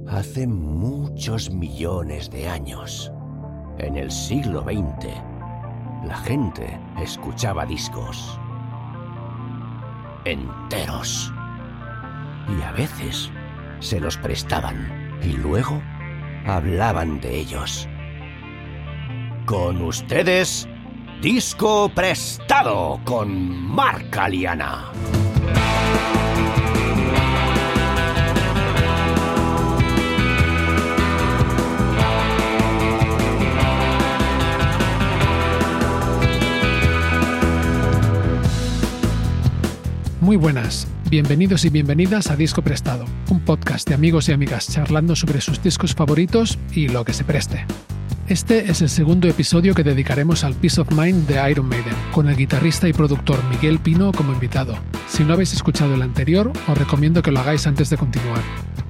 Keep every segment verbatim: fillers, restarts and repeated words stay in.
Hace muchos millones de años, en el siglo veinte, la gente escuchaba discos enteros y a veces se los prestaban y luego hablaban de ellos. Con ustedes, Disco Prestado con Marc Aliana. Muy buenas, bienvenidos y bienvenidas a Disco Prestado, un podcast de amigos y amigas charlando sobre sus discos favoritos y lo que se preste. Este es el segundo episodio que dedicaremos al Peace of Mind de Iron Maiden, con el guitarrista y productor Miguel Pino como invitado. Si no habéis escuchado el anterior, os recomiendo que lo hagáis antes de continuar.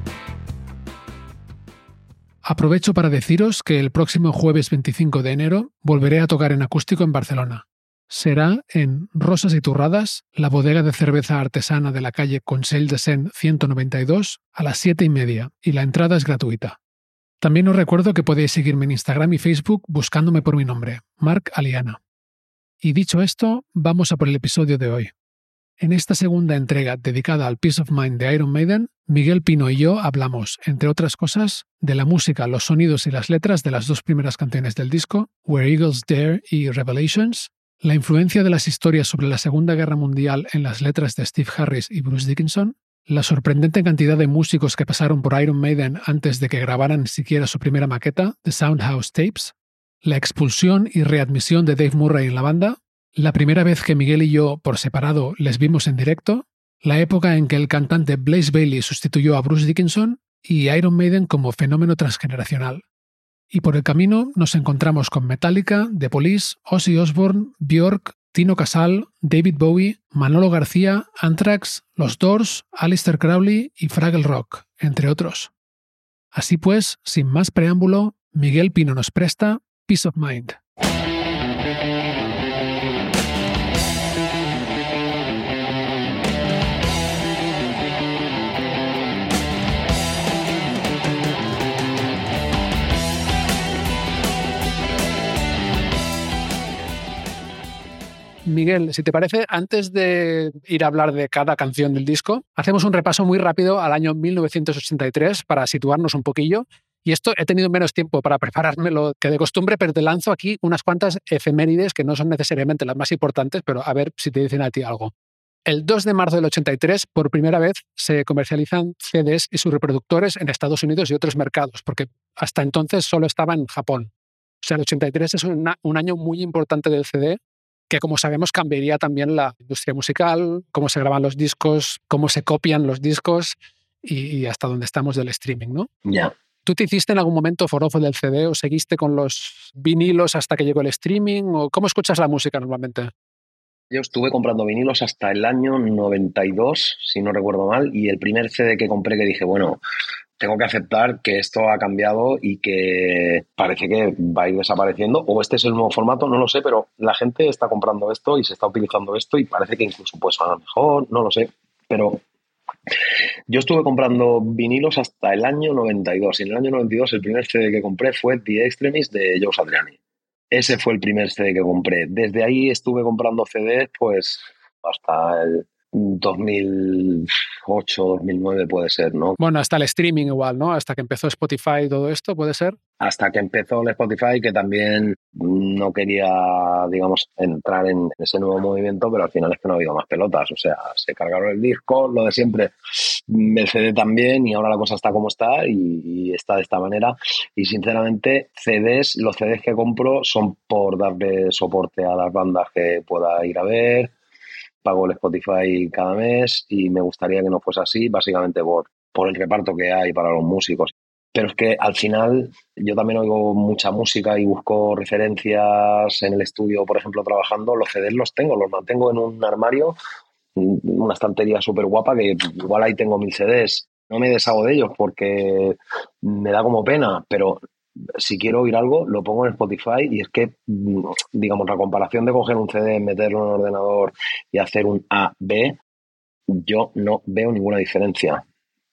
Aprovecho para deciros que el próximo jueves veinticinco de enero volveré a tocar en acústico en Barcelona. Será en Rosas y Turradas, la bodega de cerveza artesana de la calle Consell de Cent ciento noventa y dos, a las siete y media, y la entrada es gratuita. También os recuerdo que podéis seguirme en Instagram y Facebook buscándome por mi nombre, Marc Aliana. Y dicho esto, vamos a por el episodio de hoy. En esta segunda entrega dedicada al Peace of Mind de Iron Maiden, Miguel Pino y yo hablamos, entre otras cosas, de la música, los sonidos y las letras de las dos primeras canciones del disco, Where Eagles Dare y Revelations, la influencia de las historias sobre la Segunda Guerra Mundial en las letras de Steve Harris y Bruce Dickinson, la sorprendente cantidad de músicos que pasaron por Iron Maiden antes de que grabaran siquiera su primera maqueta, The Soundhouse Tapes, la expulsión y readmisión de Dave Murray en la banda, la primera vez que Miguel y yo, por separado, les vimos en directo, la época en que el cantante Blaze Bayley sustituyó a Bruce Dickinson y Iron Maiden como fenómeno transgeneracional. Y por el camino nos encontramos con Metallica, The Police, Ozzy Osbourne, Björk, Tino Casal, David Bowie, Manolo García, Anthrax, Los Doors, Aleister Crowley y Fraggle Rock, entre otros. Así pues, sin más preámbulo, Miguel Pino nos presta Peace of Mind. Miguel, si te parece, antes de ir a hablar de cada canción del disco, hacemos un repaso muy rápido al año mil novecientos ochenta y tres para situarnos un poquillo. Y esto he tenido menos tiempo para preparármelo que de costumbre, pero te lanzo aquí unas cuantas efemérides que no son necesariamente las más importantes, pero a ver si te dicen a ti algo. El dos de marzo del ochenta y tres, por primera vez, se comercializan C Ds y sus reproductores en Estados Unidos y otros mercados, porque hasta entonces solo estaba en Japón. O sea, el ochenta y tres es una, un año muy importante del C D, que como sabemos cambiaría también la industria musical, cómo se graban los discos, cómo se copian los discos y, y hasta dónde estamos del streaming, ¿no? Ya. Yeah. ¿Tú te hiciste en algún momento forofo del C D o seguiste con los vinilos hasta que llegó el streaming? ¿O cómo escuchas la música normalmente? Yo estuve comprando vinilos hasta el año noventa y dos, si no recuerdo mal, y el primer C D que compré que dije, bueno, tengo que aceptar que esto ha cambiado y que parece que va a ir desapareciendo, o este es el nuevo formato, no lo sé, pero la gente está comprando esto y se está utilizando esto y parece que incluso puede sonar mejor, no lo sé, pero yo estuve comprando vinilos hasta el año noventa y dos, y en el año noventa y dos el primer C D que compré fue The Extremis de Joe Satriani. Ese fue el primer C D que compré. Desde ahí estuve comprando C Ds pues hasta el dos mil ocho, dos mil nueve puede ser, ¿no? Bueno, hasta el streaming igual, ¿no? Hasta que empezó Spotify y todo esto, ¿puede ser? Hasta que empezó el Spotify, que también no quería, digamos, entrar en ese nuevo movimiento, pero al final es que no ha habido más pelotas. O sea, se cargaron el disco, lo de siempre, el C D también, y ahora la cosa está como está y, y está de esta manera. Y sinceramente, C Ds, los C Ds que compro son por darle soporte a las bandas que pueda ir a ver. Pago el Spotify cada mes y me gustaría que no fuese así, básicamente por, por el reparto que hay para los músicos. Pero es que al final yo también oigo mucha música y busco referencias en el estudio, por ejemplo, trabajando. Los C Ds los tengo, los mantengo en un armario, una estantería súper guapa que igual ahí tengo mil C Ds. No me deshago de ellos porque me da como pena, pero si quiero oír algo, lo pongo en Spotify y es que, digamos, la comparación de coger un C D, meterlo en un ordenador y hacer un A B, yo no veo ninguna diferencia.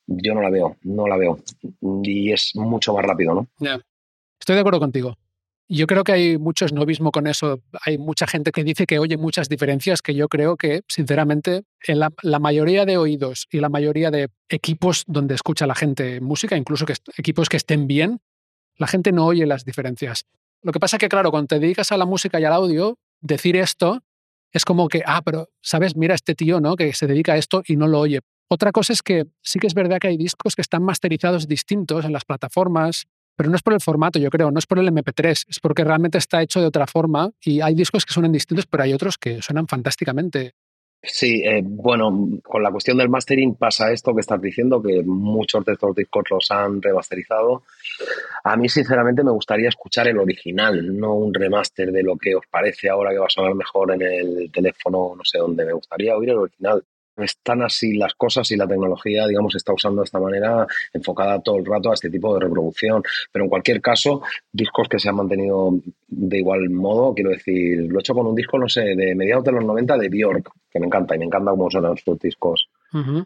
Yo no la veo, no la veo. Y es mucho más rápido, ¿no? Yeah. Estoy de acuerdo contigo. Yo creo que hay mucho esnovismo con eso. Hay mucha gente que dice que oye muchas diferencias que yo creo que, sinceramente, en la, la mayoría de oídos y la mayoría de equipos donde escucha la gente música, incluso que equipos que estén bien, la gente no oye las diferencias. Lo que pasa es que, claro, cuando te dedicas a la música y al audio, decir esto es como que, ah, pero, ¿sabes? Mira este tío, ¿no? Que se dedica a esto y no lo oye. Otra cosa es que sí que es verdad que hay discos que están masterizados distintos en las plataformas, pero no es por el formato, yo creo, no es por el eme pe tres, es porque realmente está hecho de otra forma y hay discos que suenan distintos, pero hay otros que suenan fantásticamente. Sí, eh, bueno, con la cuestión del mastering pasa esto que estás diciendo, que muchos de estos discos los han remasterizado. A mí, sinceramente, me gustaría escuchar el original, no un remaster de lo que os parece ahora que va a sonar mejor en el teléfono, no sé dónde. Me gustaría oír el original. Están así las cosas y la tecnología, digamos, se está usando de esta manera, enfocada todo el rato a este tipo de reproducción. Pero en cualquier caso, discos que se han mantenido de igual modo, quiero decir, lo he hecho con un disco, no sé, de mediados de los noventa de Björk, que me encanta y me encanta cómo suenan sus discos. Uh-huh.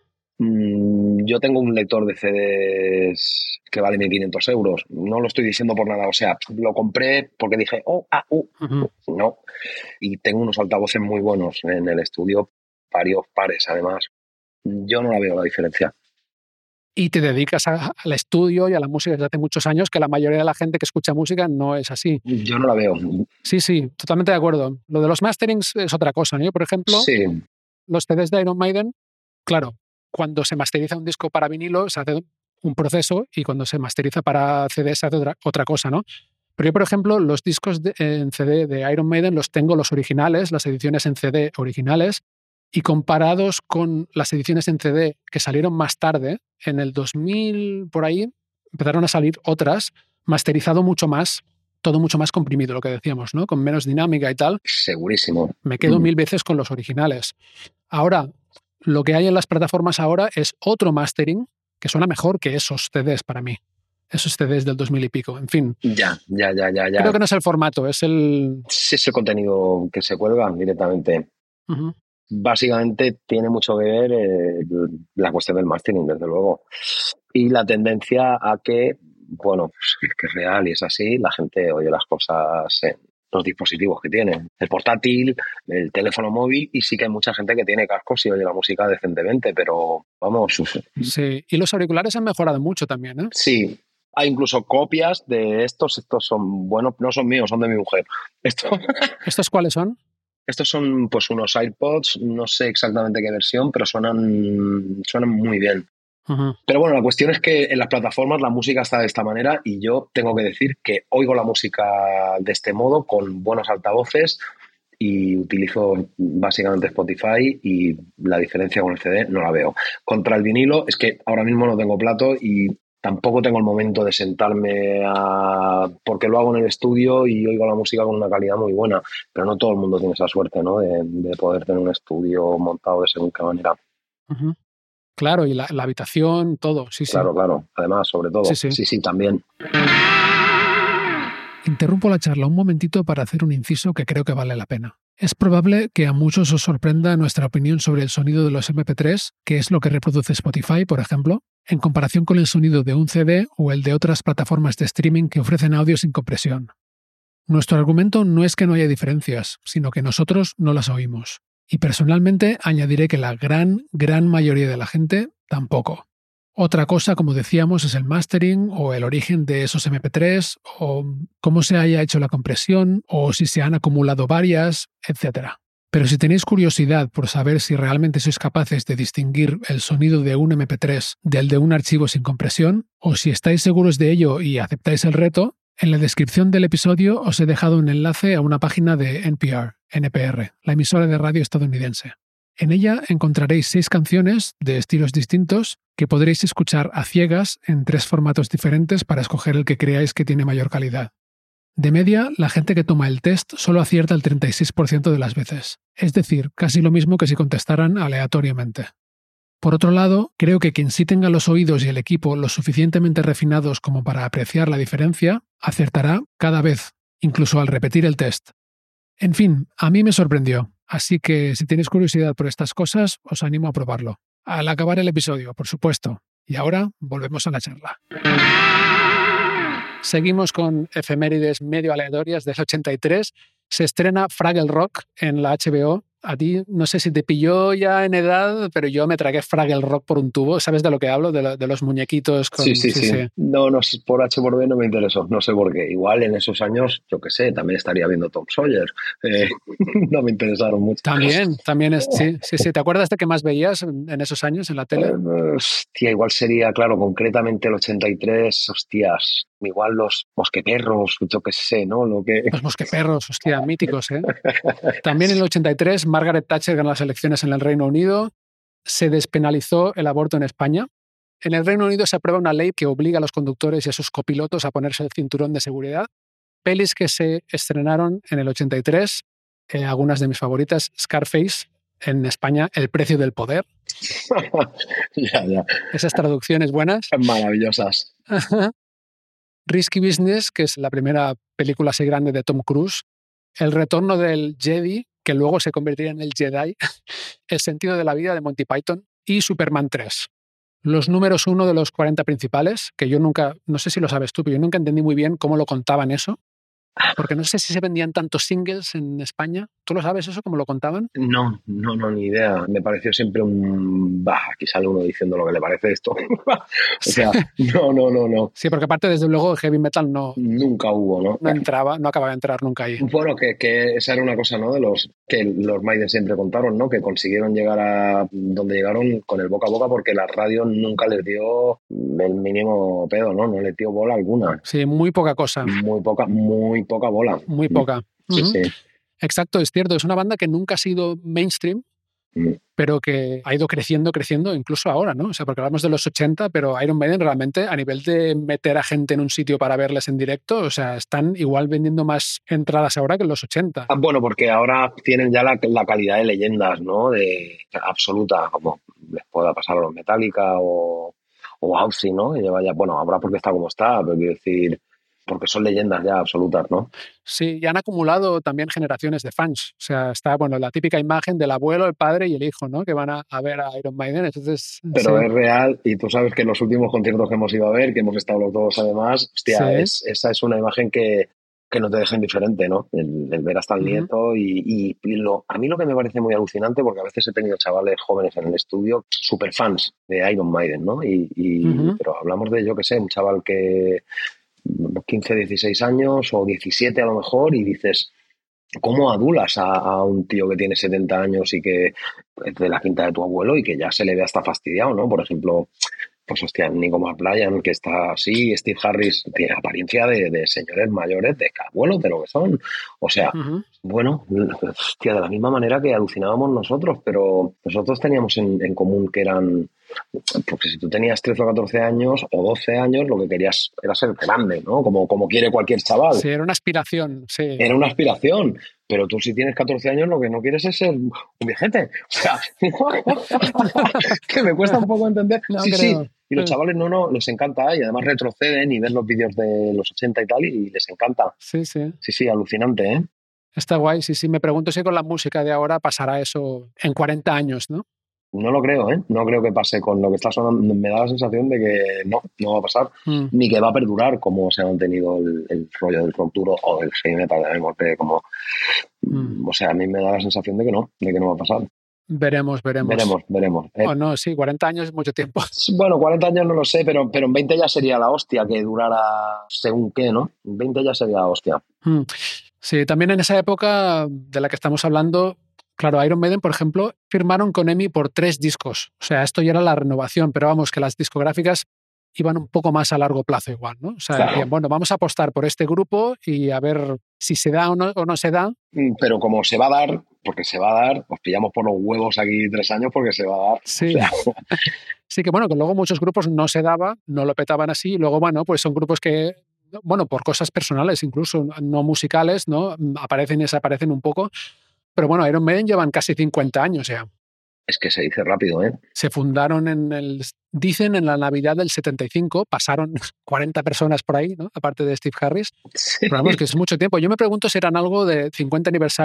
Mm, yo tengo un lector de ce des que vale mil quinientos euros. No lo estoy diciendo por nada, o sea, lo compré porque dije, oh, ah, uh, Uh-huh. no. Y tengo unos altavoces muy buenos en el estudio, varios pares además. Yo no la veo la diferencia. Y te dedicas a, al estudio y a la música desde hace muchos años, que la mayoría de la gente que escucha música no es así. Yo no la veo. Sí, sí, totalmente de acuerdo. Lo de los masterings es otra cosa, ¿no? Yo, por ejemplo, Sí, los ce des de Iron Maiden, claro, cuando se masteriza un disco para vinilo se hace un proceso y cuando se masteriza para ce de se hace otra, otra cosa, ¿no? Pero yo, por ejemplo, los discos de, en ce de de Iron Maiden los tengo los originales, las ediciones en ce de originales, y comparados con las ediciones en ce de que salieron más tarde, en el dos mil, por ahí, empezaron a salir otras, masterizado mucho más, todo mucho más comprimido, lo que decíamos, ¿no? Con menos dinámica y tal. segurísimo. Me quedo mil veces con los originales. Ahora, lo que hay en las plataformas ahora es otro mastering que suena mejor que esos ce des para mí. Esos ce des del dos mil y pico. En fin. Ya, ya, ya, ya, ya. Creo que no es el formato, es el... Sí, es el contenido que se cuelga directamente. Uh-huh. Básicamente tiene mucho que ver eh, la cuestión del mastering, desde luego. Y la tendencia a que, bueno, pues, que es real y es así, la gente oye las cosas en los dispositivos que tiene. El portátil, el teléfono móvil, y sí que hay mucha gente que tiene cascos y oye la música decentemente, pero vamos... Sí, y los auriculares han mejorado mucho también, ¿eh? Sí. Hay incluso copias de estos, estos son, bueno, no son míos, son de mi mujer. Esto... ¿Estos cuáles son? Estos son pues unos AirPods, no sé exactamente qué versión, pero suenan, suenan muy bien. Uh-huh. Pero bueno, la cuestión es que en las plataformas la música está de esta manera y yo tengo que decir que oigo la música de este modo con buenos altavoces y utilizo básicamente Spotify y la diferencia con el ce de no la veo. Contra el vinilo es que ahora mismo no tengo plato y tampoco tengo el momento de sentarme a... porque lo hago en el estudio y oigo la música con una calidad muy buena, pero no todo el mundo tiene esa suerte, ¿no? De, de poder tener un estudio montado de según qué manera. Uh-huh. Claro, y la, la habitación, todo, sí, sí. Claro, claro. Además, sobre todo. Sí, sí. Sí, sí, también. Interrumpo la charla un momentito para hacer un inciso que creo que vale la pena. Es probable que a muchos os sorprenda nuestra opinión sobre el sonido de los eme pe tres, que es lo que reproduce Spotify, por ejemplo, en comparación con el sonido de un ce de o el de otras plataformas de streaming que ofrecen audio sin compresión. Nuestro argumento no es que no haya diferencias, sino que nosotros no las oímos. Y personalmente añadiré que la gran, gran mayoría de la gente tampoco. Otra cosa, como decíamos, es el mastering o el origen de esos eme pe tres o cómo se haya hecho la compresión o si se han acumulado varias, etcétera. Pero si tenéis curiosidad por saber si realmente sois capaces de distinguir el sonido de un eme pe tres del de un archivo sin compresión, o si estáis seguros de ello y aceptáis el reto, en la descripción del episodio os he dejado un enlace a una página de ene pe erre, ene pe erre, la emisora de radio estadounidense. En ella encontraréis seis canciones de estilos distintos que podréis escuchar a ciegas en tres formatos diferentes para escoger el que creáis que tiene mayor calidad. De media, la gente que toma el test solo acierta el treinta y seis por ciento de las veces, es decir, casi lo mismo que si contestaran aleatoriamente. Por otro lado, creo que quien sí tenga los oídos y el equipo lo suficientemente refinados como para apreciar la diferencia, acertará cada vez, incluso al repetir el test. En fin, a mí me sorprendió, así que si tenéis curiosidad por estas cosas, os animo a probarlo. Al acabar el episodio, por supuesto. Y ahora volvemos a la charla. Seguimos con efemérides medio aleatorias del ochenta y tres. Se estrena Fraggle Rock en la H B O. A ti, no sé si te pilló ya en edad, pero yo me tragué Fraggle Rock por un tubo. ¿Sabes de lo que hablo? De, lo, de los muñequitos con... Sí, sí, sí, sí. No, no, por H por B no me interesó. No sé por qué. Igual en esos años, yo qué sé, también estaría viendo Tom Sawyer. Eh, no me interesaron mucho. También, también es... Sí, sí, sí. ¿Te acuerdas de qué más veías en esos años en la tele? Uh, hostia, igual sería, claro, concretamente el ochenta y tres, hostias, igual los mosqueperros, yo qué sé, ¿no? Lo que... Los mosqueperros, hostia, míticos, ¿eh? También en el ochenta y tres, Margaret Thatcher ganó las elecciones en el Reino Unido. Se despenalizó el aborto en España. En el Reino Unido se aprueba una ley que obliga a los conductores y a sus copilotos a ponerse el cinturón de seguridad. Pelis que se estrenaron en el ochenta y tres, eh, algunas de mis favoritas, Scarface, en España, El precio del poder. ya, ya. Esas traducciones buenas. Maravillosas. Risky Business, que es la primera película así grande de Tom Cruise. El retorno del Jedi, que luego se convertiría en el Jedi. El sentido de la vida de Monty Python. Y Superman tres. Los números uno de los cuarenta principales, que yo nunca, no sé si lo sabes tú, pero yo nunca entendí muy bien cómo lo contaban eso. Porque no sé si se vendían tantos singles en España. ¿Tú lo sabes eso, cómo lo contaban? No, no, no, ni idea. Me pareció siempre un... Bah, aquí sale uno diciendo lo que le parece esto. o sea, no, no, no, no. Sí, porque aparte, desde luego, el heavy metal no... Nunca hubo, ¿no? No entraba, no acababa de entrar nunca ahí. Bueno, que, que esa era una cosa, ¿no? De los que los Maiden siempre contaron, ¿no? Que consiguieron llegar a donde llegaron con el boca a boca porque la radio nunca les dio el mínimo pedo, ¿no? No les dio bola alguna. Sí, muy poca cosa. Muy poca, muy poca bola. Muy poca. Sí, Uh-huh. sí. Exacto, es cierto. Es una banda que nunca ha sido mainstream, mm. pero que ha ido creciendo, creciendo, incluso ahora, ¿no? O sea, porque hablamos de los ochenta, pero Iron Maiden realmente, a nivel de meter a gente en un sitio para verles en directo, o sea, están igual vendiendo más entradas ahora que en los ochenta. Ah, bueno, porque ahora tienen ya la, la calidad de leyendas, ¿no? De absoluta, como les pueda pasar a los Metallica o, o Ozzy, ¿no? Y lleva ya, bueno, ahora porque está como está, pero quiero decir... porque son leyendas ya absolutas, ¿no? Sí, y han acumulado también generaciones de fans. O sea, está, bueno, la típica imagen del abuelo, el padre y el hijo, ¿no? Que van a, a ver a Iron Maiden. Entonces, pero sí. Es real, y tú sabes que en los últimos conciertos que hemos ido a ver, que hemos estado los dos además, hostia, sí. es, esa es una imagen que, que no te deja indiferente, ¿no? El, el ver hasta el uh-huh. nieto y, y, y lo, a mí lo que me parece muy alucinante, porque a veces he tenido chavales jóvenes en el estudio, super fans de Iron Maiden, ¿no? Y, y, uh-huh. Pero hablamos de, yo qué sé, un chaval que... quince, dieciséis años o diecisiete a lo mejor y dices, ¿cómo adulas a, a un tío que tiene setenta años y que es de la quinta de tu abuelo y que ya se le ve hasta fastidiado, ¿no? Por ejemplo, pues hostia, Nico McBrien, que está así, Steve Harris, tiene apariencia de, de señores mayores, de abuelos, de lo que son. O sea, uh-huh. bueno, hostia, de la misma manera que alucinábamos nosotros, pero nosotros teníamos en, en común que eran... Porque si tú tenías trece o catorce años o doce años, lo que querías era ser grande, ¿no? Como, como quiere cualquier chaval. Sí, era una aspiración, sí. Era una aspiración. Pero tú si tienes catorce años lo que no quieres es ser un viejete. O sea, que me cuesta un poco entender. No sí, creo. sí. Y los chavales no, no, les encanta. Y además retroceden y ven los vídeos de los ochenta y tal y les encanta. Sí, sí. Sí, sí, alucinante, ¿eh? Está guay, sí, sí. Me pregunto si con la música de ahora pasará eso en cuarenta años, ¿no? No lo creo, ¿eh? No creo que pase con lo que está sonando. Me da la sensación de que no, no va a pasar. Mm. Ni que va a perdurar como se ha mantenido el, el rollo del rock duro o del heavy metal, de como... Mm. O sea, a mí me da la sensación de que no, de que no va a pasar. Veremos, veremos. Veremos, veremos. Eh, oh, no, sí, cuarenta años es mucho tiempo. Bueno, cuarenta años no lo sé, pero, pero en veinte ya sería la hostia que durara según qué, ¿no? En veinte ya sería la hostia. Mm. Sí, también en esa época de la que estamos hablando... Claro, Iron Maiden, por ejemplo, firmaron con EMI por tres discos. O sea, esto ya era la renovación, pero vamos, que las discográficas iban un poco más a largo plazo igual, ¿no? O sea, claro. Decían, bueno, vamos a apostar por este grupo y a ver si se da o no, o no se da. Pero como se va a dar, porque se va a dar, os pillamos por los huevos aquí tres años porque se va a dar. Sí. O sea. Sí, que bueno, que luego muchos grupos no se daba, no lo petaban así, y luego, bueno, pues son grupos que, bueno, por cosas personales, incluso no musicales, ¿no? Aparecen y desaparecen un poco. Pero bueno, Iron Maiden llevan casi cincuenta años ya. Es que se dice rápido, ¿eh? Se fundaron en el... Dicen en la Navidad del setenta y cinco, pasaron cuarenta personas por ahí, ¿no? Aparte de Steve Harris. Sí. Pero vamos, que es mucho tiempo. Yo me pregunto si eran algo de cincuenta aniversario,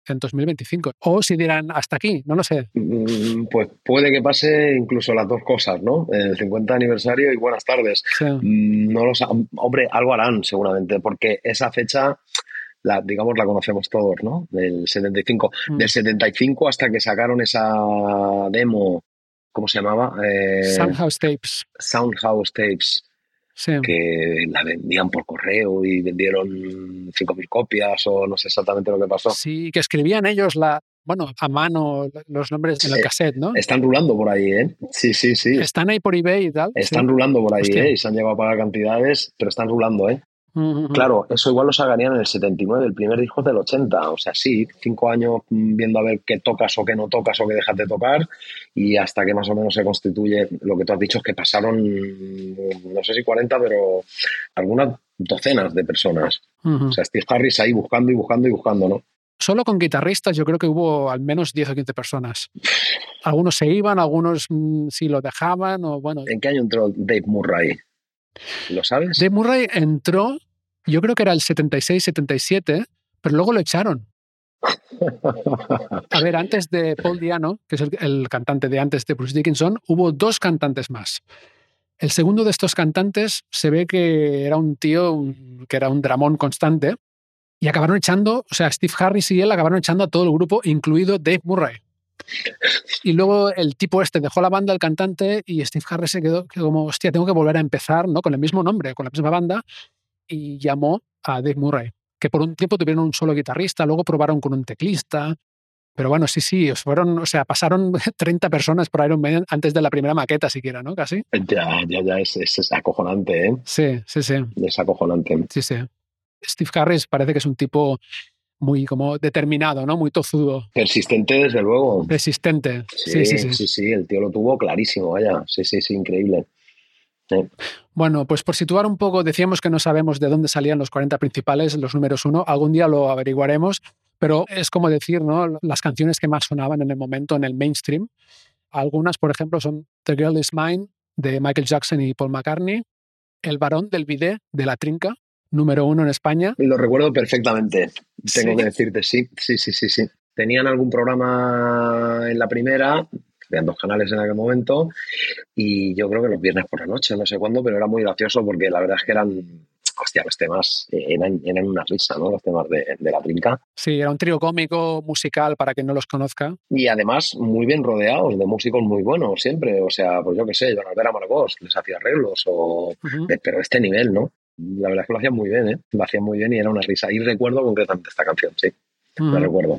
en dos mil veinticinco. O si dirán hasta aquí, no lo sé. Pues puede que pase incluso las dos cosas, ¿no? El cincuenta aniversario y buenas tardes. Sí. No lo sa- Hombre, algo harán seguramente, porque esa fecha, la, digamos, la conocemos todos, ¿no? Del setenta y cinco. Mm. Del setenta y cinco hasta que sacaron esa demo, ¿cómo se llamaba? Eh, Soundhouse Tapes. Soundhouse Tapes. Sí. Que la vendían por correo y vendieron cinco mil copias o no sé exactamente lo que pasó. Sí, que escribían ellos la, bueno, a mano los nombres en el Eh, cassette, ¿no? Están rulando por ahí, ¿eh? Sí, sí, sí. Están ahí por eBay y tal. Están sí. rulando por ahí, Hostia. ¿eh? Y se han llegado a pagar cantidades, pero están rulando, ¿eh? Mm-hmm. Claro, eso igual lo sacarían en el setenta y nueve, el primer disco es del ochenta, o sea, sí, cinco años viendo a ver qué tocas o qué no tocas o qué dejas de tocar y hasta que más o menos se constituye, lo que tú has dicho es que pasaron, no sé si cuarenta, pero algunas docenas de personas. Mm-hmm. O sea, Steve Harris ahí buscando y buscando y buscando, ¿no? Solo con guitarristas yo creo que hubo al menos diez o quince personas. Algunos se iban, algunos mmm, sí lo dejaban o bueno. ¿En qué año entró Dave Murray? ¿Lo sabes? Dave Murray entró, yo creo que era el setenta y seis setenta y siete, pero luego lo echaron. A ver, antes de Paul Di'Anno, que es el, el cantante de antes de Bruce Dickinson, hubo dos cantantes más. El segundo de estos cantantes se ve que era un tío un, que era un dramón constante y acabaron echando, o sea, Steve Harris y él acabaron echando a todo el grupo, incluido Dave Murray. Y luego el tipo este dejó la banda, el cantante, y Steve Harris se quedó, quedó como, hostia, tengo que volver a empezar, ¿no? Con el mismo nombre, con la misma banda, y llamó a Dave Murray, que por un tiempo tuvieron un solo guitarrista, luego probaron con un teclista, pero bueno, sí, sí, fueron, o sea, pasaron treinta personas por Iron Maiden antes de la primera maqueta siquiera, ¿no? Casi. Ya, ya, ya, es, es, es acojonante, ¿eh? Sí, sí, sí. Es acojonante. Sí, sí. Steve Harris parece que es un tipo muy como determinado, ¿no? Muy tozudo. Persistente, desde luego. Persistente. Sí, Sí, sí, sí, sí. sí, sí, el tío lo tuvo clarísimo, vaya. Sí, sí, sí, increíble. Sí. Bueno, pues por situar un poco, decíamos que no sabemos de dónde salían los cuarenta principales, los números uno, algún día lo averiguaremos, pero es como decir, ¿no? Las canciones que más sonaban en el momento en el mainstream. Algunas, por ejemplo, son The Girl Is Mine, de Michael Jackson y Paul McCartney, El varón del bidet, de La Trinca, número uno en España. Lo recuerdo perfectamente, tengo ¿Sí? que decirte, sí, sí, sí, sí, sí. Tenían algún programa en la primera, habían dos canales en aquel momento, y yo creo que los viernes por la noche, no sé cuándo, pero era muy gracioso porque la verdad es que eran, hostia, los temas eran, eran una risa, ¿no? Los temas de, de La Trinca. Sí, era un trío cómico, musical, para quien no los conozca. Y además muy bien rodeados de músicos muy buenos siempre, o sea, pues yo qué sé, Joan Albert Amargós les hacía arreglos, o Uh-huh. de, pero de este nivel, ¿no? La verdad es que lo hacían muy bien, ¿eh? Lo hacían muy bien y era una risa. Y recuerdo concretamente esta canción, sí, Uh-huh. la recuerdo.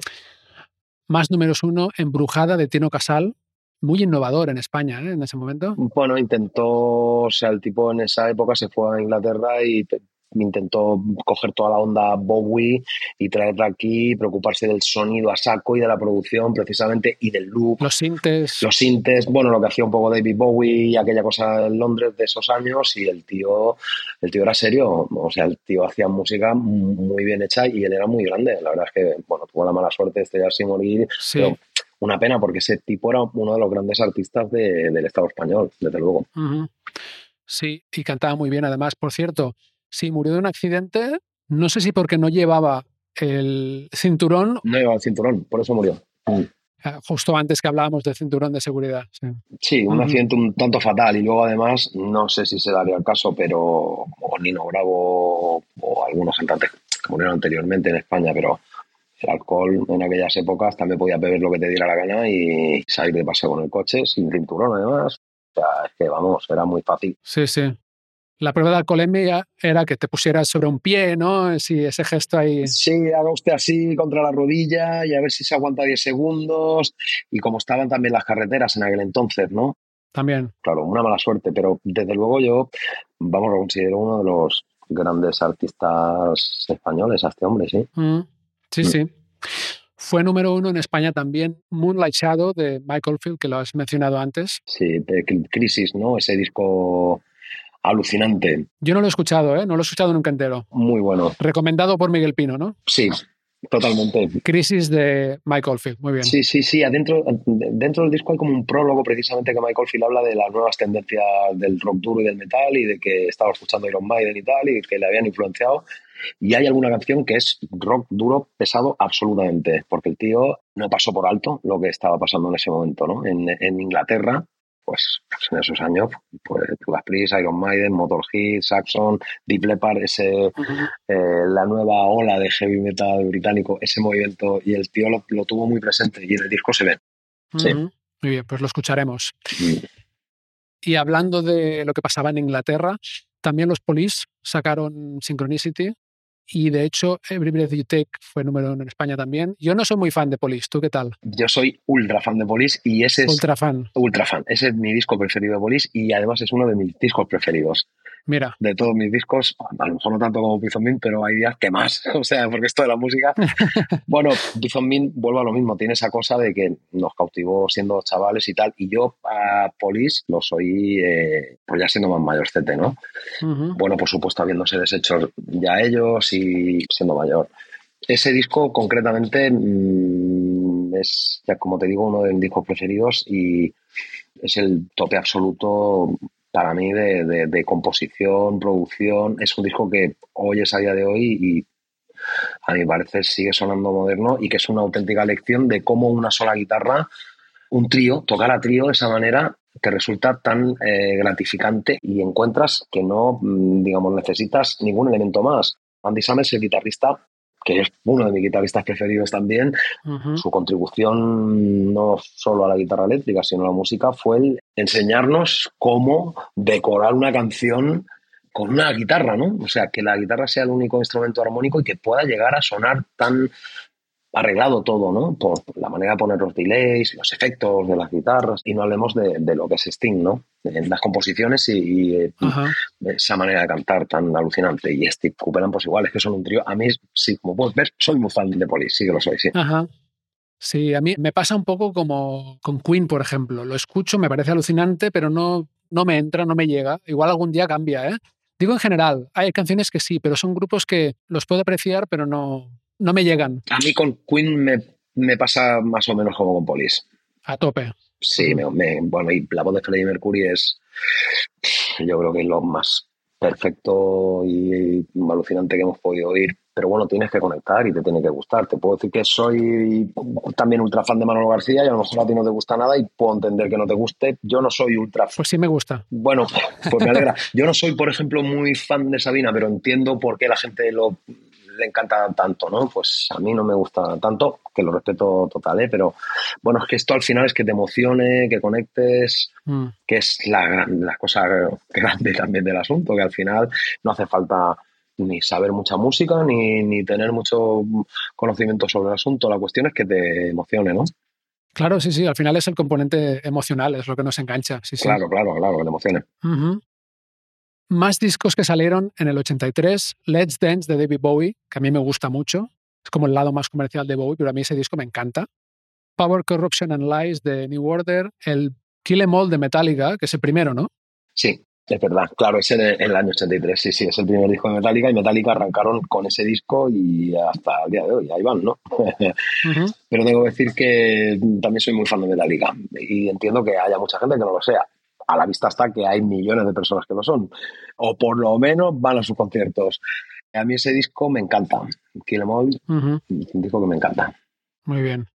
Más números uno, Embrujada, de Tino Casal, muy innovador en España, ¿eh? En ese momento. Bueno, intentó, o sea, el tipo en esa época se fue a Inglaterra y te, intentó coger toda la onda Bowie y traerla aquí, preocuparse del sonido a saco y de la producción precisamente y del look. Los sintes. Los sintes, bueno, lo que hacía un poco David Bowie y aquella cosa en Londres de esos años, y el tío, el tío era serio, o sea, el tío hacía música muy bien hecha y él era muy grande. La verdad es que, bueno, tuvo la mala suerte de estrellarse y morir, Sí. pero una pena porque ese tipo era uno de los grandes artistas de, del Estado español, desde luego. Uh-huh. Sí, y cantaba muy bien además. Por cierto, sí, murió de un accidente, no sé si porque no llevaba el cinturón. No llevaba el cinturón, por eso murió. Mm. Justo antes que hablábamos del cinturón de seguridad. Sí, sí un uh-huh. accidente un tanto fatal y luego además, no sé si se daría el caso, pero o Nino Bravo o algunos cantantes que murieron anteriormente en España, pero el alcohol en aquellas épocas también podía beber lo que te diera la gana y salir de paseo con el coche sin cinturón además. O sea, es que vamos, era muy fácil. Sí, sí. La prueba de alcoholemia era que te pusieras sobre un pie, ¿no? Sí, ese gesto ahí. Sí, haga usted así contra la rodilla y a ver si se aguanta diez segundos. Y como estaban también las carreteras en aquel entonces, ¿no? También. Claro, una mala suerte, pero desde luego yo, vamos, lo considero uno de los grandes artistas españoles a este hombre, sí. Mm, sí, Mm. sí. Fue número uno en España también Moonlight Shadow, de Michael Field, que lo has mencionado antes. Sí, de Crisis, ¿no? Ese disco alucinante. Yo no lo he escuchado, ¿eh? No lo he escuchado nunca entero. Muy bueno. Recomendado por Miguel Pino, ¿no? Sí, Totalmente. Crisis de Mike Oldfield, muy bien. Sí, sí, sí. Adentro, dentro del disco hay como un prólogo precisamente que Mike Oldfield habla de las nuevas tendencias del rock duro y del metal y de que estaba escuchando Iron Maiden y tal y que le habían influenciado. Y hay alguna canción que es rock duro pesado absolutamente, porque el tío no pasó por alto lo que estaba pasando en ese momento, ¿no? En, en Inglaterra, pues, pues en esos años, pues Judas Priest, Iron Maiden, Motorhead, Saxon, Deep Leppard, ese, uh-huh. eh, la nueva ola de heavy metal británico, ese movimiento, y el tío lo, lo tuvo muy presente y en el disco se ve. Uh-huh. Sí. Muy bien, pues lo escucharemos. Mm. Y hablando de lo que pasaba en Inglaterra, también los Police sacaron Synchronicity y de hecho Every Breath You Take fue número uno en España también. Yo no soy muy fan de Police, ¿tú qué tal? Yo soy ultra fan de Police y ese es... Ultra fan. Ultra fan. Ese es mi disco preferido de Police y además es uno de mis discos preferidos. Mira. De todos mis discos, a lo mejor no tanto como Piece of Mind, pero hay días que más. O sea, porque esto de la música... Bueno, Piece of Mind, vuelvo a lo mismo, tiene esa cosa de que nos cautivó siendo chavales y tal. Y yo a Police lo soy, eh, pues ya siendo más mayorcete, ¿no? Uh-huh. Bueno, por supuesto, habiéndose deshecho ya ellos y siendo mayor. Ese disco, concretamente, mmm, es, ya como te digo, uno de mis discos preferidos y es el tope absoluto para mí de, de, de composición, producción. Es un disco que oyes a día de hoy y a mi parecer sigue sonando moderno y que es una auténtica lección de cómo una sola guitarra, un trío, tocar a trío de esa manera te resulta tan eh, gratificante y encuentras que no, digamos, necesitas ningún elemento más. Andy Summers, el guitarrista, que es uno de mis guitarristas preferidos también, uh-huh. Su contribución no solo a la guitarra eléctrica, sino a la música, fue el enseñarnos cómo decorar una canción con una guitarra, ¿no? O sea, que la guitarra sea el único instrumento armónico y que pueda llegar a sonar tan arreglado todo, ¿no? Por la manera de poner los delays, los efectos de las guitarras, y no hablemos de, de lo que es Sting, ¿no? En las composiciones y, y, uh-huh. y esa manera de cantar tan alucinante. Y Steve Cooper, pues igual, es que son un trío. A mí, sí, como puedes ver, soy muy fan de Police, sí que lo soy, sí. Ajá. Sí, a mí me pasa un poco como con Queen, por ejemplo. Lo escucho, me parece alucinante, pero no, no me entra, no me llega. Igual algún día cambia, ¿eh? Digo en general, hay canciones que sí, pero son grupos que los puedo apreciar, pero no... No me llegan. A mí con Queen me, me pasa más o menos como con Police. A tope. Sí, uh-huh. me, me, bueno, y la voz de Freddie Mercury es, yo creo que es lo más perfecto y, y alucinante que hemos podido oír. Pero bueno, tienes que conectar y te tiene que gustar. Te puedo decir que soy también ultra fan de Manolo García y a lo mejor a ti no te gusta nada y puedo entender que no te guste. Yo no soy ultra fan. Pues sí me gusta. Bueno, pues me alegra. Yo no soy, por ejemplo, muy fan de Sabina, pero entiendo por qué la gente lo... le encanta tanto, ¿no? Pues a mí no me gusta tanto, que lo respeto total, ¿eh? Pero bueno, es que esto al final es que te emocione, que conectes, mm. que es la, la cosa grande también del asunto, que al final no hace falta ni saber mucha música, ni, ni tener mucho conocimiento sobre el asunto. La cuestión es que te emocione, ¿no? Claro, sí, sí, al final es el componente emocional, es lo que nos engancha. Sí, claro, sí. claro, claro, que te emocione. Uh-huh. Más discos que salieron en el ochenta y tres, Let's Dance de David Bowie, que a mí me gusta mucho, es como el lado más comercial de Bowie, pero a mí ese disco me encanta. Power, Corruption and Lies de New Order, el Kill 'Em All de Metallica, que es el primero, ¿no? Sí, es verdad, claro, es en el, en el año ochenta y tres, sí, sí, es el primer disco de Metallica y Metallica arrancaron con ese disco y hasta el día de hoy, ahí van, ¿no? Uh-huh. Pero tengo que decir que también soy muy fan de Metallica y entiendo que haya mucha gente que no lo sea. A la vista está que hay millones de personas que lo son, o por lo menos van a sus conciertos. A mí ese disco me encanta, Kill 'Em All, uh-huh. Es un disco que me encanta. Muy bien.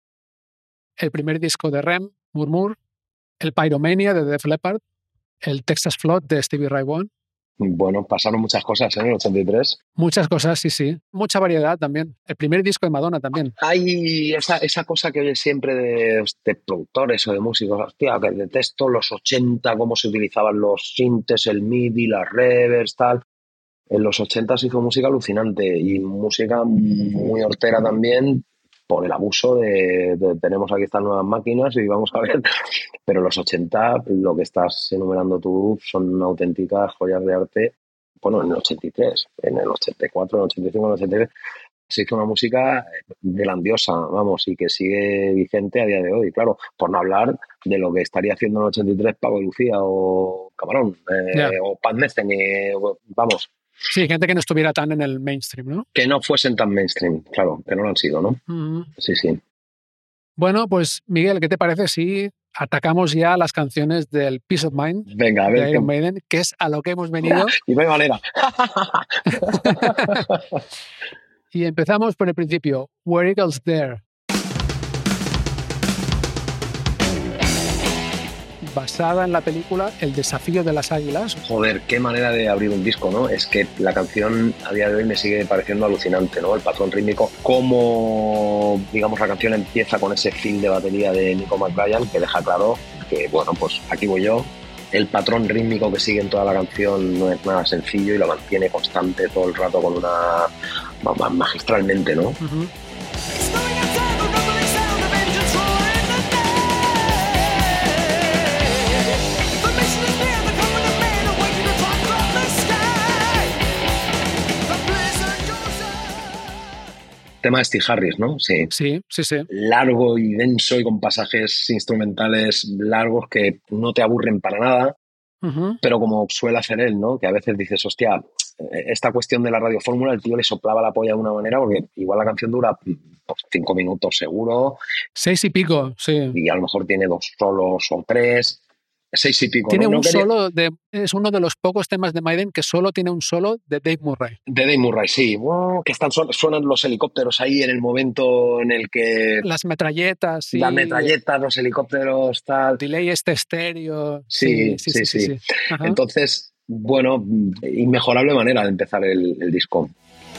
El primer disco de R E M, Murmur, el Pyromania de Def Leppard, el Texas Flood de Stevie Ray Vaughan. Bueno, pasaron muchas cosas ¿eh? En el ochenta y tres. Muchas cosas, sí, sí. Mucha variedad también. El primer disco de Madonna también. Hay esa, esa cosa que oyes siempre de, de productores o de músicos. Hostia, que detesto los ochenta, cómo se utilizaban los sintes, el MIDI, las reverbs, tal. En los ochenta se hizo música alucinante y música muy hortera también por el abuso de, de tenemos aquí estas nuevas máquinas y vamos a ver. Pero los ochenta, lo que estás enumerando tú, son auténticas joyas de arte. Bueno, en el ochenta y tres, en el ochenta y cuatro, en el ochenta y cinco, en el ochenta y tres, se hizo una música grandiosa, vamos, y que sigue vigente a día de hoy. Claro, por no hablar de lo que estaría haciendo en el ochenta y tres Paco de Lucía o Camarón, eh, yeah. o Pat Metheny, vamos. Sí, gente que no estuviera tan en el mainstream, ¿no? Que no fuesen tan mainstream, claro, que no lo han sido, ¿no? Uh-huh. Sí, sí. Bueno, pues Miguel, ¿qué te parece si atacamos ya las canciones del Peace of Mind Venga, a ver, de Iron qué... Maiden, que es a lo que hemos venido? Y no hay manera. Y empezamos por el principio. Where Eagles There. Basada en la película El desafío de las águilas. Joder, qué manera de abrir un disco, ¿no? Es que la canción a día de hoy me sigue pareciendo alucinante, ¿no? El patrón rítmico, cómo, digamos, la canción empieza con ese fill de batería de Nico McBrien, que deja claro que, bueno, pues aquí voy yo. El patrón rítmico que sigue en toda la canción no es nada sencillo y lo mantiene constante todo el rato con una... magistralmente, ¿no? Uh-huh. Tema de Steve Harris, ¿no? Sí. Sí, sí, sí. Largo y denso y con pasajes instrumentales largos que no te aburren para nada, uh-huh. pero como suele hacer él, ¿no? Que a veces dices, hostia, esta cuestión de la radiofórmula, el tío le soplaba la polla de una manera porque igual la canción dura pues, cinco minutos seguro. Seis y pico, sí. Y a lo mejor tiene dos solos o tres. Seis y pico. Tiene ¿no? un no quería... solo, de, es uno de los pocos temas de Maiden que solo tiene un solo de Dave Murray. De Dave Murray, sí. Wow, que están, suenan los helicópteros ahí en el momento en el que... Las metralletas, sí. Las metralletas, los helicópteros, tal. Delay este estéreo. Sí, sí, sí. sí, sí. sí. Entonces, bueno, inmejorable manera de empezar el, el disco.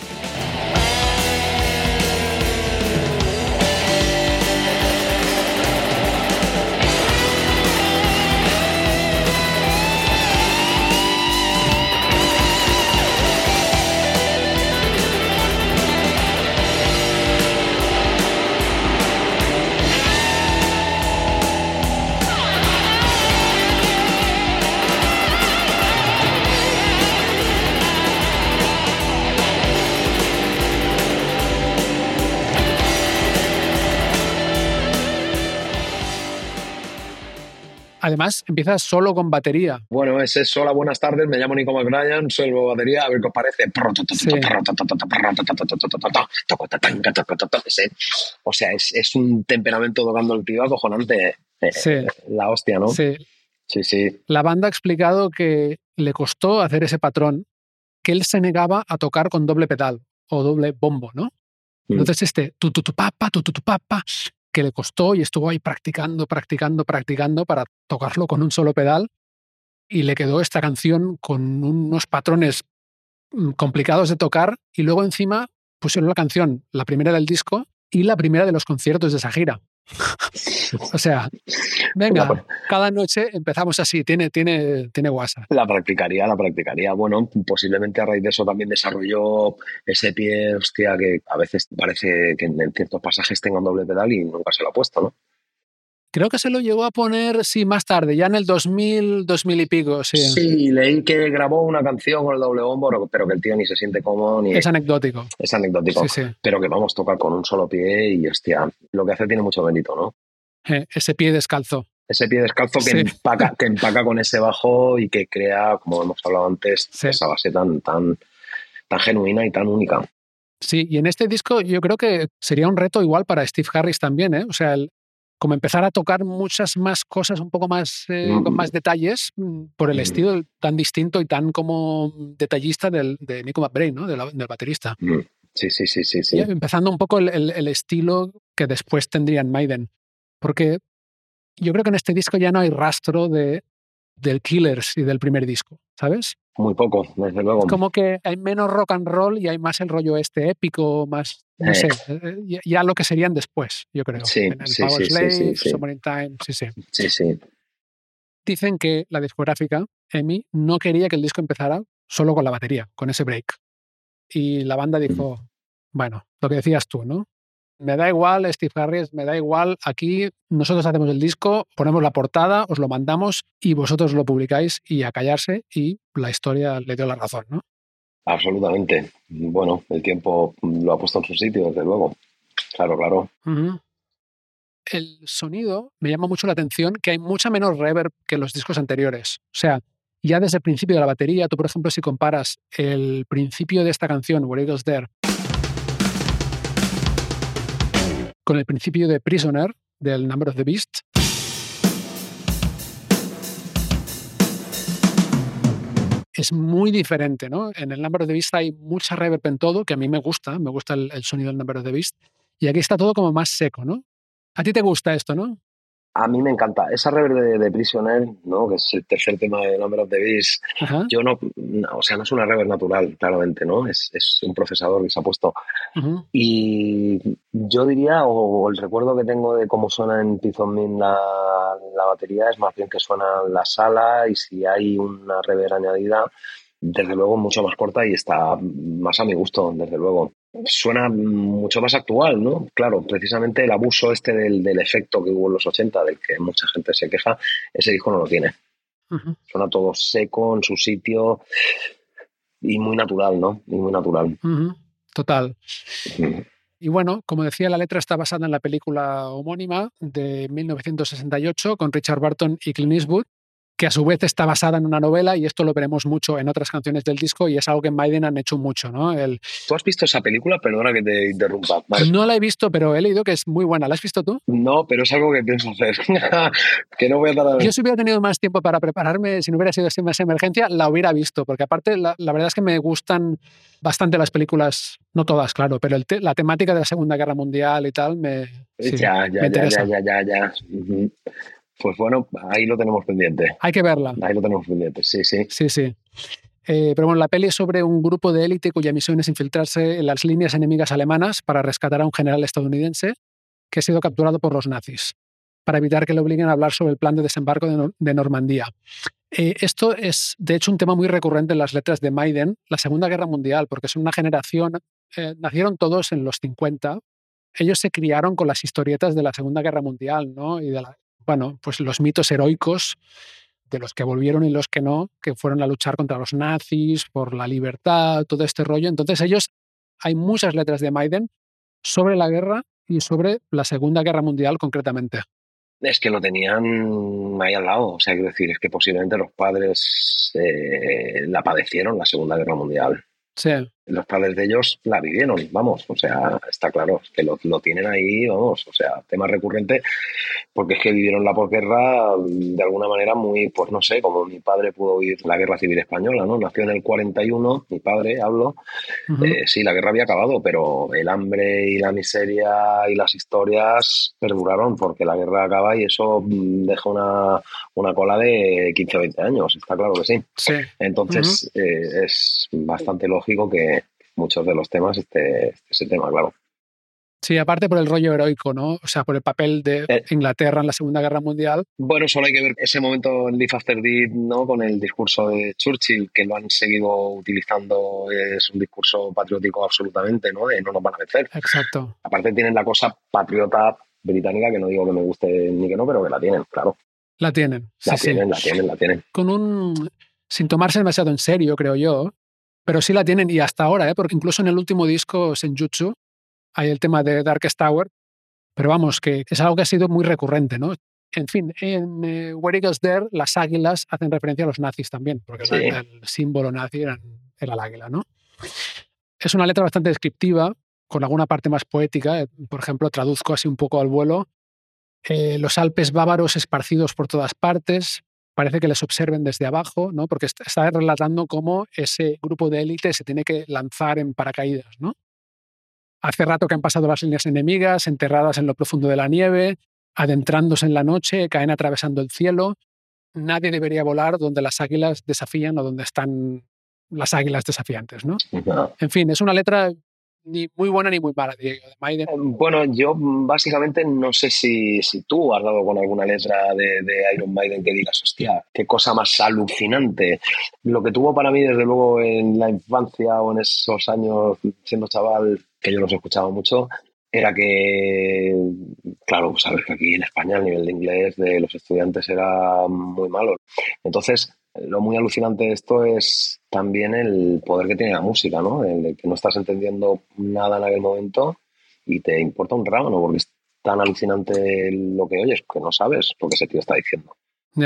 Además, empiezas solo con batería. Bueno, ese es hola, buenas tardes, me llamo Nico McBrien, soy el batería, a ver qué os parece. Sí. O sea, es, es un temperamento tocando el tío acojonante. Sí. La hostia, ¿no? Sí. Sí, sí. La banda ha explicado que le costó hacer ese patrón, que él se negaba a tocar con doble pedal o doble bombo, ¿no? Mm. Entonces este tu tu tu pa pa tu tu tu pa pa que le costó y estuvo ahí practicando, practicando, practicando para tocarlo con un solo pedal y le quedó esta canción con unos patrones complicados de tocar y luego encima pusieron la canción, la primera del disco y la primera de los conciertos de esa gira. O sea, venga, cada noche empezamos así, tiene, tiene, tiene guasa. La practicaría, la practicaría. Bueno, posiblemente a raíz de eso también desarrolló ese pie, hostia, que a veces parece que en ciertos pasajes tenga un doble pedal y nunca se lo ha puesto, ¿no? Creo que se lo llegó a poner, sí, más tarde, ya en el dos mil, dos mil y pico, sí. Sí, leí que grabó una canción con el doble bombo, pero que el tío ni se siente cómodo ni... Es anecdótico. Es anecdótico, sí, sí. Pero que vamos a tocar con un solo pie y, hostia, lo que hace tiene mucho mérito, ¿no? Eh, ese pie descalzo. Ese pie descalzo que, sí. empaca, que empaca con ese bajo y que crea, como hemos hablado antes, sí. esa base tan, tan, tan genuina y tan única. Sí, y en este disco yo creo que sería un reto igual para Steve Harris también, ¿eh? O sea, el, como empezar a tocar muchas más cosas, un poco más, eh, mm. con más detalles, por el mm. estilo tan distinto y tan como detallista del, de Nico McBrien, ¿no? Del, del baterista. Mm. Sí, sí, sí, sí, sí. Y empezando un poco el, el, el estilo que después tendrían Maiden. Porque yo creo que en este disco ya no hay rastro de, del Killers y del primer disco, ¿sabes? Muy poco, desde luego. Es como que hay menos rock and roll y hay más el rollo este épico, más, no eh. sé, ya lo que serían después, yo creo. Sí, en el sí, Power sí, Slave, sí, sí. Summer in Time, sí, sí. Sí, sí. Dicen que la discográfica, E M I, no quería que el disco empezara solo con la batería, con ese break. Y la banda dijo, mm. bueno, lo que decías tú, ¿no? Me da igual, Steve Harris, me da igual, aquí nosotros hacemos el disco, ponemos la portada, os lo mandamos y vosotros lo publicáis y a callarse, y la historia le dio la razón, ¿no? Absolutamente. Bueno, el tiempo lo ha puesto en su sitio, desde luego. Claro, claro. Uh-huh. El sonido me llama mucho la atención, que hay mucha menos reverb que en los discos anteriores. O sea, Ya desde el principio de la batería, tú por ejemplo si comparas el principio de esta canción, Where Eagles Dare, con el principio de Prisoner, del Number of the Beast, es muy diferente, ¿no? En el Number of the Beast hay mucha reverb en todo, que a mí me gusta, me gusta el, el sonido del Number of the Beast, y aquí está todo como más seco, ¿no? A ti te gusta esto, ¿no? A mí me encanta. Esa reverb de, de Prisoner, ¿no? Que es el tercer tema de Number of the Beast, Ajá. yo no, no, o sea, no es una reverb natural, claramente, ¿no? Es, es un procesador que se ha puesto. Uh-huh. Y yo diría, o, o el recuerdo que tengo de cómo suena en Teeth of Min la, la batería es más bien que suena en la sala, y si hay una reverb añadida, desde luego mucho más corta y está más a mi gusto, desde luego. Suena mucho más actual, ¿no? Claro, precisamente el abuso este del, del efecto que hubo en los ochenta, del que mucha gente se queja, ese disco no lo tiene. Uh-huh. Suena todo seco, en su sitio, y muy natural, ¿no? Y muy natural. Uh-huh. Total. Uh-huh. Y bueno, como decía, la letra está basada en la película homónima de mil novecientos sesenta y ocho con Richard Burton y Clint Eastwood, que a su vez está basada en una novela, y esto lo veremos mucho en otras canciones del disco, y es algo que en Maiden han hecho mucho, ¿no? El... ¿Tú has visto esa película? Perdona que te interrumpa. Vale. No la he visto, pero he leído que es muy buena. ¿La has visto tú? No, pero es algo que pienso hacer. Que no voy a tardar. Yo si hubiera tenido más tiempo para prepararme, si no hubiera sido así más emergencia, la hubiera visto, porque aparte la, la verdad es que me gustan bastante las películas, no todas, claro, pero el te, la temática de la Segunda Guerra Mundial y tal me, sí, ya, ya, me ya, interesa. ya, ya, ya, ya. Uh-huh. Pues bueno, ahí lo tenemos pendiente. Hay que verla. Ahí lo tenemos pendiente, sí, sí. Sí, sí. Eh, pero bueno, la peli es sobre un grupo de élite cuya misión es infiltrarse en las líneas enemigas alemanas para rescatar a un general estadounidense que ha sido capturado por los nazis, para evitar que le obliguen a hablar sobre el plan de desembarco de, Nor- de Normandía. Eh, esto es, de hecho, un tema muy recurrente en las letras de Maiden, la Segunda Guerra Mundial, porque son una generación, eh, nacieron todos en los cincuenta, ellos se criaron con las historietas de la Segunda Guerra Mundial, ¿no? Y de la, bueno, pues los mitos heroicos de los que volvieron y los que no, que fueron a luchar contra los nazis, por la libertad, todo este rollo. Entonces ellos, hay muchas letras de Maiden sobre la guerra y sobre la Segunda Guerra Mundial concretamente. Es que lo tenían ahí al lado, o sea, quiero decir, es que posiblemente los padres eh, la padecieron, la Segunda Guerra Mundial. Sí. Los padres de ellos la vivieron, vamos, o sea, está claro, que lo, lo tienen ahí, vamos, o sea, tema recurrente, porque es que vivieron la posguerra de alguna manera muy, pues no sé, como mi padre pudo vivir la Guerra Civil Española, ¿no? Nació en el cuarenta y uno, mi padre, hablo, uh-huh. eh, sí, la guerra había acabado, pero el hambre y la miseria y las historias perduraron, porque la guerra acaba y eso deja una, una cola de quince o veinte años, está claro que sí. Sí. Entonces, uh-huh. eh, es bastante lógico que muchos de los temas este, ese tema, claro. Sí, aparte por el rollo heroico, ¿no? O sea, por el papel de eh, Inglaterra en la Segunda Guerra Mundial. Bueno, solo hay que ver ese momento en Live After Death, ¿no? Con el discurso de Churchill, que lo han seguido utilizando, es un discurso patriótico absolutamente, ¿no? De no nos van a vencer. Exacto. Aparte tienen la cosa patriota británica, que no digo que me guste ni que no, pero que la tienen, claro. La tienen. La sí, tienen, sí. la tienen, la tienen. Con un... sin tomarse demasiado en serio, creo yo, pero sí la tienen, y hasta ahora, ¿eh? Porque incluso en el último disco, Senjutsu, hay el tema de Darkest Tower, pero vamos, que es algo que ha sido muy recurrente, ¿no? En fin, en eh, Where Eagles Dare, las águilas hacen referencia a los nazis también, porque sí. el, el símbolo nazi era, era el águila, ¿no? Es una letra bastante descriptiva, con alguna parte más poética. Por ejemplo, traduzco así un poco al vuelo. Eh, los Alpes bávaros esparcidos por todas partes, parece que les observen desde abajo, ¿no? Porque está relatando cómo ese grupo de élite se tiene que lanzar en paracaídas, ¿no? Hace rato que han pasado las líneas enemigas, enterradas en lo profundo de la nieve, adentrándose en la noche, caen atravesando el cielo. Nadie debería volar donde las águilas desafían o donde están las águilas desafiantes, ¿no? No. En fin, es una letra ni muy buena ni muy mala, Diego, de Maiden. Bueno, yo básicamente no sé si, si tú has dado con alguna letra de, de Iron Maiden que digas, hostia, qué cosa más alucinante. Lo que tuvo para mí, desde luego, en la infancia o en esos años siendo chaval, que yo los escuchaba mucho, era que, claro, sabes que aquí en España el nivel de inglés de los estudiantes era muy malo. Entonces, lo muy alucinante de esto es también el poder que tiene la música, ¿no? El de que no estás entendiendo nada en aquel momento y te importa un rábano, porque es tan alucinante lo que oyes que no sabes lo que ese tío está diciendo. Yeah.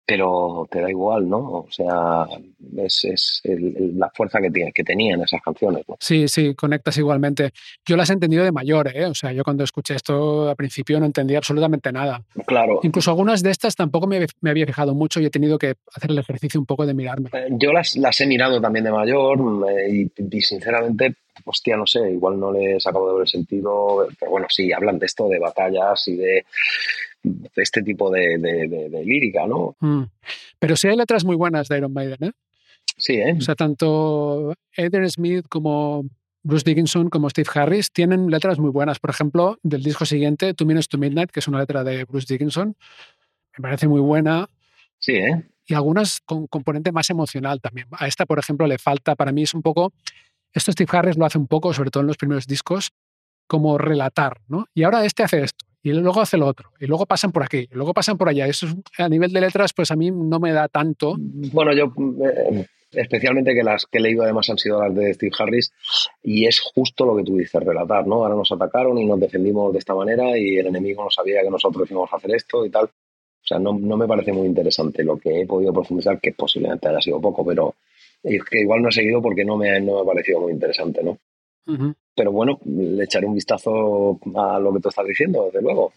pero te da igual, ¿no? O sea, es, es el- el- la fuerza que, tiene, que tenían esas canciones, ¿no? Sí, sí, conectas igualmente. Yo las he entendido de mayor, ¿eh? O sea, yo cuando escuché esto al principio no entendía absolutamente nada. Claro, Incluso algunas de estas tampoco me, me había fijado mucho y he tenido que hacer el ejercicio un poco de mirarme. eh, yo las, las he mirado también de mayor eh, y, y sinceramente, hostia, no sé, igual no les acabo de ver el sentido, pero bueno, sí, hablan de esto, de batallas y de, de este tipo de, de- de- de lírica, ¿no? Mm. Pero sí hay letras muy buenas de Iron Maiden, ¿eh? Sí, ¿eh? O sea, tanto Eder Smith como Bruce Dickinson como Steve Harris tienen letras muy buenas. Por ejemplo, del disco siguiente, Two Minutes to Midnight, que es una letra de Bruce Dickinson, me parece muy buena. Sí, ¿eh? Y algunas con componente más emocional también. A esta, por ejemplo, le falta, para mí es un poco, esto Steve Harris lo hace un poco, sobre todo en los primeros discos, como relatar, ¿no? Y ahora este hace esto, y luego hace lo otro, y luego pasan por aquí, y luego pasan por allá. Eso es, a nivel de letras, pues a mí no me da tanto. Bueno, yo eh, especialmente que las que he leído además han sido las de Steve Harris y es justo lo que tú dices, relatar, ¿no? Ahora nos atacaron y nos defendimos de esta manera y el enemigo no sabía que nosotros íbamos a hacer esto y tal. O sea, no, no me parece muy interesante lo que he podido profundizar, que posiblemente haya sido poco, pero es que igual no he seguido porque no me, no me ha parecido muy interesante, ¿no? Uh-huh. Pero bueno, le echaré un vistazo a lo que tú estás diciendo, desde luego.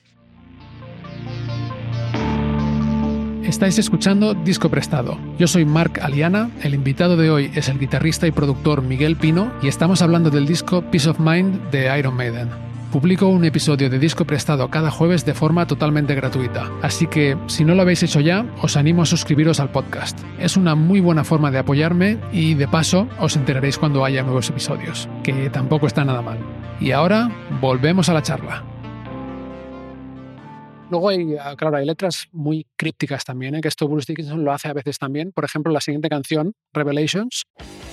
Estáis escuchando Disco Prestado. Yo soy Marc Aliana, el invitado de hoy es el guitarrista y productor Miguel Pino y estamos hablando del disco Peace of Mind de Iron Maiden. Publico un episodio de Disco Prestado cada jueves de forma totalmente gratuita, así que si no lo habéis hecho ya, os animo a suscribiros al podcast. Es una muy buena forma de apoyarme y de paso os enteraréis cuando haya nuevos episodios, que tampoco está nada mal. Y ahora, volvemos a la charla. Luego hay, claro, hay letras muy crípticas también, ¿eh? Que esto Bruce Dickinson lo hace a veces también. Por ejemplo, la siguiente canción, Revelations,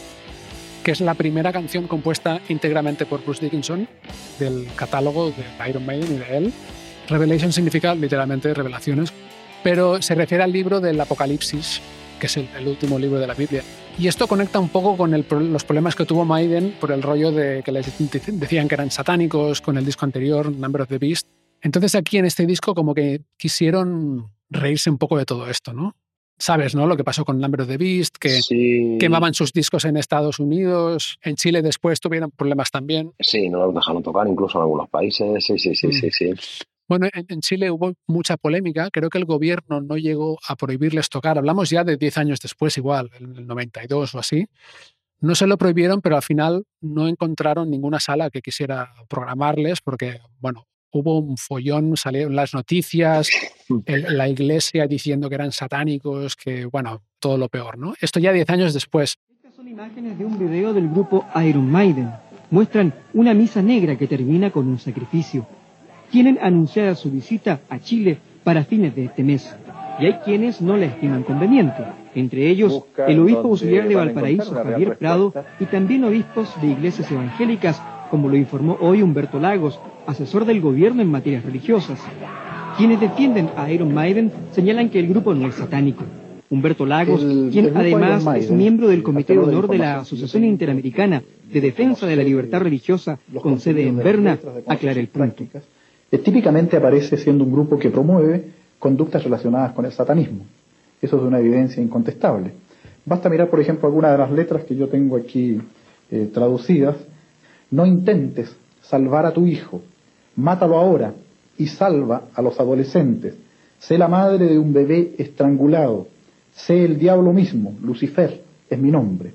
que es la primera canción compuesta íntegramente por Bruce Dickinson del catálogo de Iron Maiden y de él. Revelation significa literalmente revelaciones, pero se refiere al libro del Apocalipsis, que es el, el último libro de la Biblia. Y esto conecta un poco con el, los problemas que tuvo Maiden por el rollo de que les decían que eran satánicos con el disco anterior, Number of the Beast. Entonces aquí en este disco como que quisieron reírse un poco de todo esto, ¿no? Sabes, ¿no? Lo que pasó con Number of the Beast, que sí. quemaban sus discos en Estados Unidos, en Chile después tuvieron problemas también. Sí, no los dejaron tocar incluso en algunos países, sí, sí, sí, mm. sí, sí. Bueno, en, en Chile hubo mucha polémica, creo que el gobierno no llegó a prohibirles tocar, hablamos ya de diez años después igual, en el noventa y dos o así. No se lo prohibieron, pero al final no encontraron ninguna sala que quisiera programarles porque, bueno, hubo un follón, salieron las noticias, el, la iglesia diciendo que eran satánicos, que, bueno, todo lo peor, ¿no? Esto ya diez años después. Estas son imágenes de un video del grupo Iron Maiden. Muestran una misa negra que termina con un sacrificio. Tienen anunciada su visita a Chile para fines de este mes. Y hay quienes no la estiman conveniente. Entre ellos, el obispo auxiliar de Valparaíso, Javier Prado, y también obispos de iglesias evangélicas, como lo informó hoy Humberto Lagos, asesor del gobierno en materias religiosas. Quienes defienden a Iron Maiden señalan que el grupo no es satánico. Humberto Lagos, el, quien el además es miembro del Comité de Honor de la Asociación Interamericana de Defensa de la Libertad Religiosa, con sede en Berna, aclara el punto. Típicamente aparece siendo un grupo que promueve conductas relacionadas con el satanismo. Eso es una evidencia incontestable. Basta mirar, por ejemplo, algunas de las letras que yo tengo aquí eh, traducidas. No intentes salvar a tu hijo, mátalo ahora y salva a los adolescentes. Sé la madre de un bebé estrangulado. Sé el diablo mismo, Lucifer es mi nombre.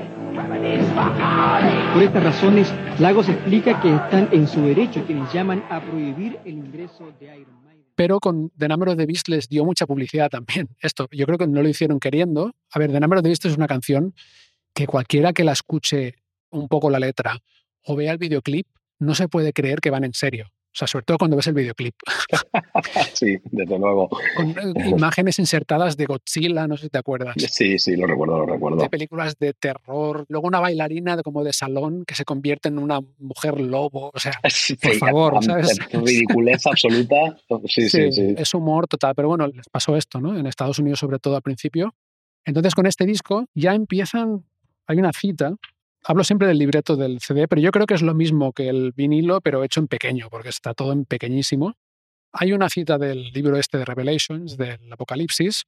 Por estas razones, Lagos explica que están en su derecho quienes llaman a prohibir el ingreso de Iron Maiden. Pero con The Number of the Beast les dio mucha publicidad también. Esto, yo creo que no lo hicieron queriendo. A ver, The Number of the Beast es una canción que cualquiera que la escuche un poco la letra o vea el videoclip, no se puede creer que van en serio. O sea, sobre todo cuando ves el videoclip. Sí, desde luego. Con imágenes insertadas de Godzilla, no sé si te acuerdas. Sí, sí, lo recuerdo, lo recuerdo. De películas de terror. Luego una bailarina de, como de salón que se convierte en una mujer lobo. O sea, sí, por favor, ¿sabes? Ridiculez absoluta. Sí, sí, sí, sí. Es humor total. Pero bueno, les pasó esto, ¿no? En Estados Unidos, sobre todo al principio. Entonces, con este disco ya empiezan... Hay una cita... Hablo siempre del libreto del C D, pero yo creo que es lo mismo que el vinilo, pero hecho en pequeño, porque está todo en pequeñísimo. Hay una cita del libro este de Revelations, del Apocalipsis,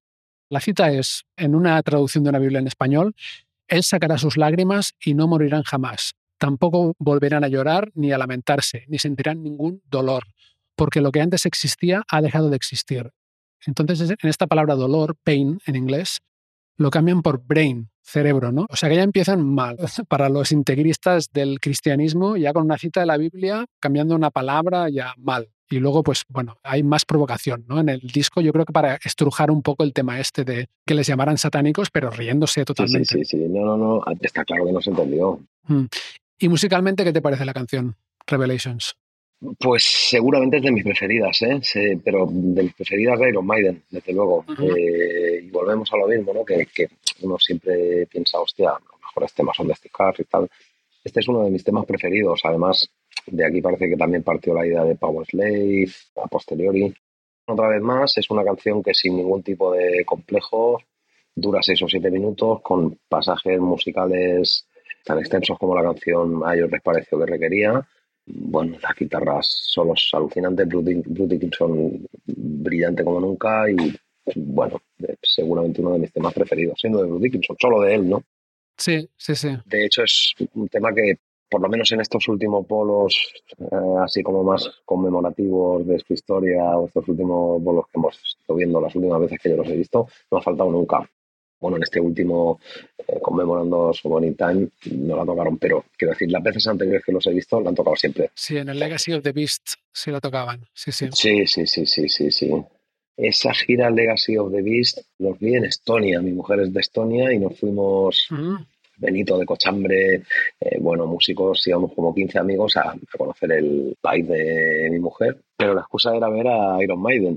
La cita es, en una traducción de una Biblia en español, Él sacará sus lágrimas y no morirán jamás. Tampoco volverán a llorar ni a lamentarse, ni sentirán ningún dolor, porque lo que antes existía ha dejado de existir. Entonces, en esta palabra dolor, pain en inglés, lo cambian por brain, cerebro, ¿no? O sea que ya empiezan mal. Para los integristas del cristianismo, ya con una cita de la Biblia, cambiando una palabra, ya mal. Y luego, pues, bueno, hay más provocación, ¿no? En el disco, yo creo que para estrujar un poco el tema este de que les llamaran satánicos, pero riéndose totalmente. Sí, sí, sí, sí. No, no, no. Está claro que no se entendió. Mm. Y musicalmente, ¿qué te parece la canción Revelations? Pues seguramente es de mis preferidas, ¿eh? Sí, pero de mis preferidas de Iron Maiden, desde luego. Uh-huh. Eh, y volvemos a lo mismo, ¿no? Que, que uno siempre piensa, hostia, los mejores temas son de Steve Harris y tal. Este es uno de mis temas preferidos. Además, de aquí parece que también partió la idea de Powerslave a posteriori. Otra vez más, es una canción que sin ningún tipo de complejo dura seis o siete minutos, con pasajes musicales tan extensos como la canción a ellos les pareció que requería. Bueno, las guitarras solos alucinantes, Bruce Dickinson brillante como nunca y, bueno, seguramente uno de mis temas preferidos, siendo de Bruce Dickinson, solo de él, ¿no? Sí, sí, sí. De hecho, es un tema que, por lo menos en estos últimos bolos, eh, así como más conmemorativos de su historia, o estos últimos bolos que hemos estado viendo las últimas veces que yo los he visto, no ha faltado nunca. Bueno, en este último, eh, conmemorando su Bonnie Time, no la tocaron, pero quiero decir, las veces anteriores que los he visto, la han tocado siempre. Sí, en el Legacy of the Beast sí la tocaban, sí, sí. Sí, sí, sí, sí, sí, sí. Esa gira Legacy of the Beast los vi en Estonia, mi mujer es de Estonia y nos fuimos, uh-huh. Benito de Cochambre, eh, bueno, músicos, íbamos como quince amigos a, a conocer el país de mi mujer, pero la excusa era ver a Iron Maiden.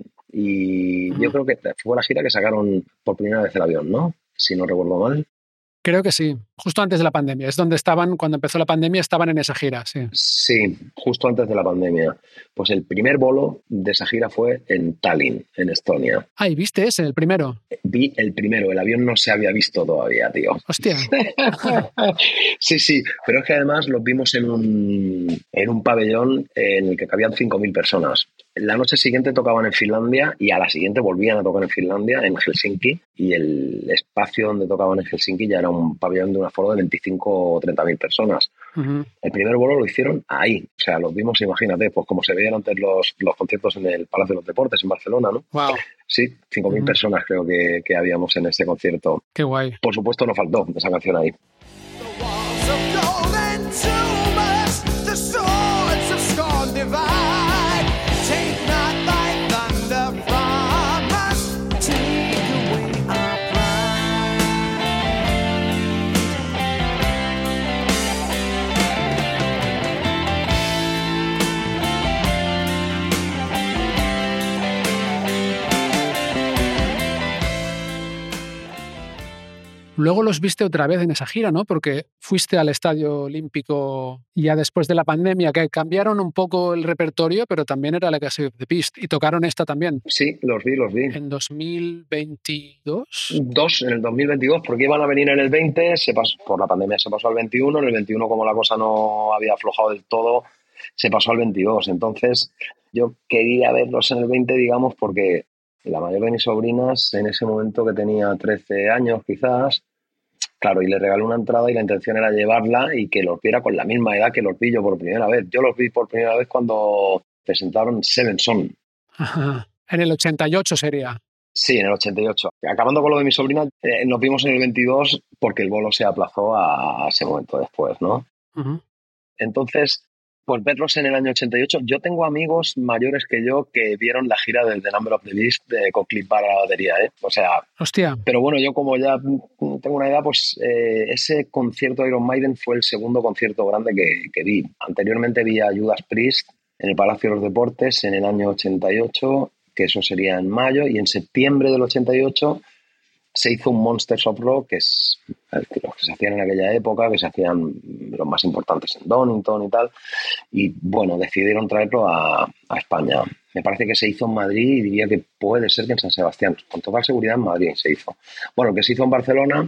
Y uh-huh. yo creo que fue la gira que sacaron por primera vez el avión, ¿no? Si no recuerdo mal. Creo que sí, justo antes de la pandemia. Es donde estaban, cuando empezó la pandemia, estaban en esa gira, sí. Sí, justo antes de la pandemia. Pues el primer bolo de esa gira fue en Tallinn, en Estonia. Ah, ¿y viste ese, el primero? Vi el primero, el avión no se había visto todavía, tío. Hostia. Sí, sí, pero es que además los vimos en un, en un pabellón en el que cabían cinco mil personas. La noche siguiente tocaban en Finlandia y a la siguiente volvían a tocar en Finlandia, en Helsinki, y el espacio donde tocaban en Helsinki ya era un pabellón de un aforo de veinticinco o treinta mil personas. Uh-huh. El primer bolo lo hicieron ahí, o sea, los vimos, imagínate, pues como se veían antes los, los conciertos en el Palacio de los Deportes en Barcelona, ¿no? Wow. Sí, cinco mil uh-huh. personas creo que, que habíamos en ese concierto. Qué guay. Por supuesto no faltó esa canción ahí. Luego los viste otra vez en esa gira, ¿no? Porque fuiste al Estadio Olímpico ya después de la pandemia, que cambiaron un poco el repertorio, pero también era Legacy of the Beast. Y tocaron esta también. Sí, los vi, los vi. ¿En dos mil veintidós? Dos, en el dos mil veintidós, porque iban a venir en el veinte, se pasó, por la pandemia se pasó al veintiuno, en el veintiuno como la cosa no había aflojado del todo, se pasó al veintidós. Entonces yo quería verlos en el veinte, digamos, porque la mayor de mis sobrinas, en ese momento que tenía trece años quizás, claro, y le regalé una entrada y la intención era llevarla y que los viera con la misma edad que los vi yo por primera vez. Yo los vi por primera vez cuando presentaron Seven Son. Ajá. En el ochenta y ocho sería. Sí, en el ochenta y ocho. Acabando con lo de mi sobrina, eh, nos vimos en el veintidós porque el bolo se aplazó a, a ese momento después, ¿no? Uh-huh. Entonces, pues verlos en el año ochenta y ocho. Yo tengo amigos mayores que yo que vieron la gira del The Number of the Beast de, con Cliff Bar a la batería, ¿eh? O sea... Hostia. Pero bueno, yo como ya tengo una edad, pues eh, ese concierto de Iron Maiden fue el segundo concierto grande que, que vi. Anteriormente vi a Judas Priest en el Palacio de los Deportes en el año ochenta y ocho, que eso sería en mayo, y en septiembre del ochenta y ocho se hizo un Monsters of Rock, que es los que se hacían en aquella época, que se hacían los más importantes en Donington y tal, y bueno, decidieron traerlo a, a España. Me parece que se hizo en Madrid y diría que puede ser que en San Sebastián, con total seguridad en Madrid se hizo. Bueno, que se hizo en Barcelona,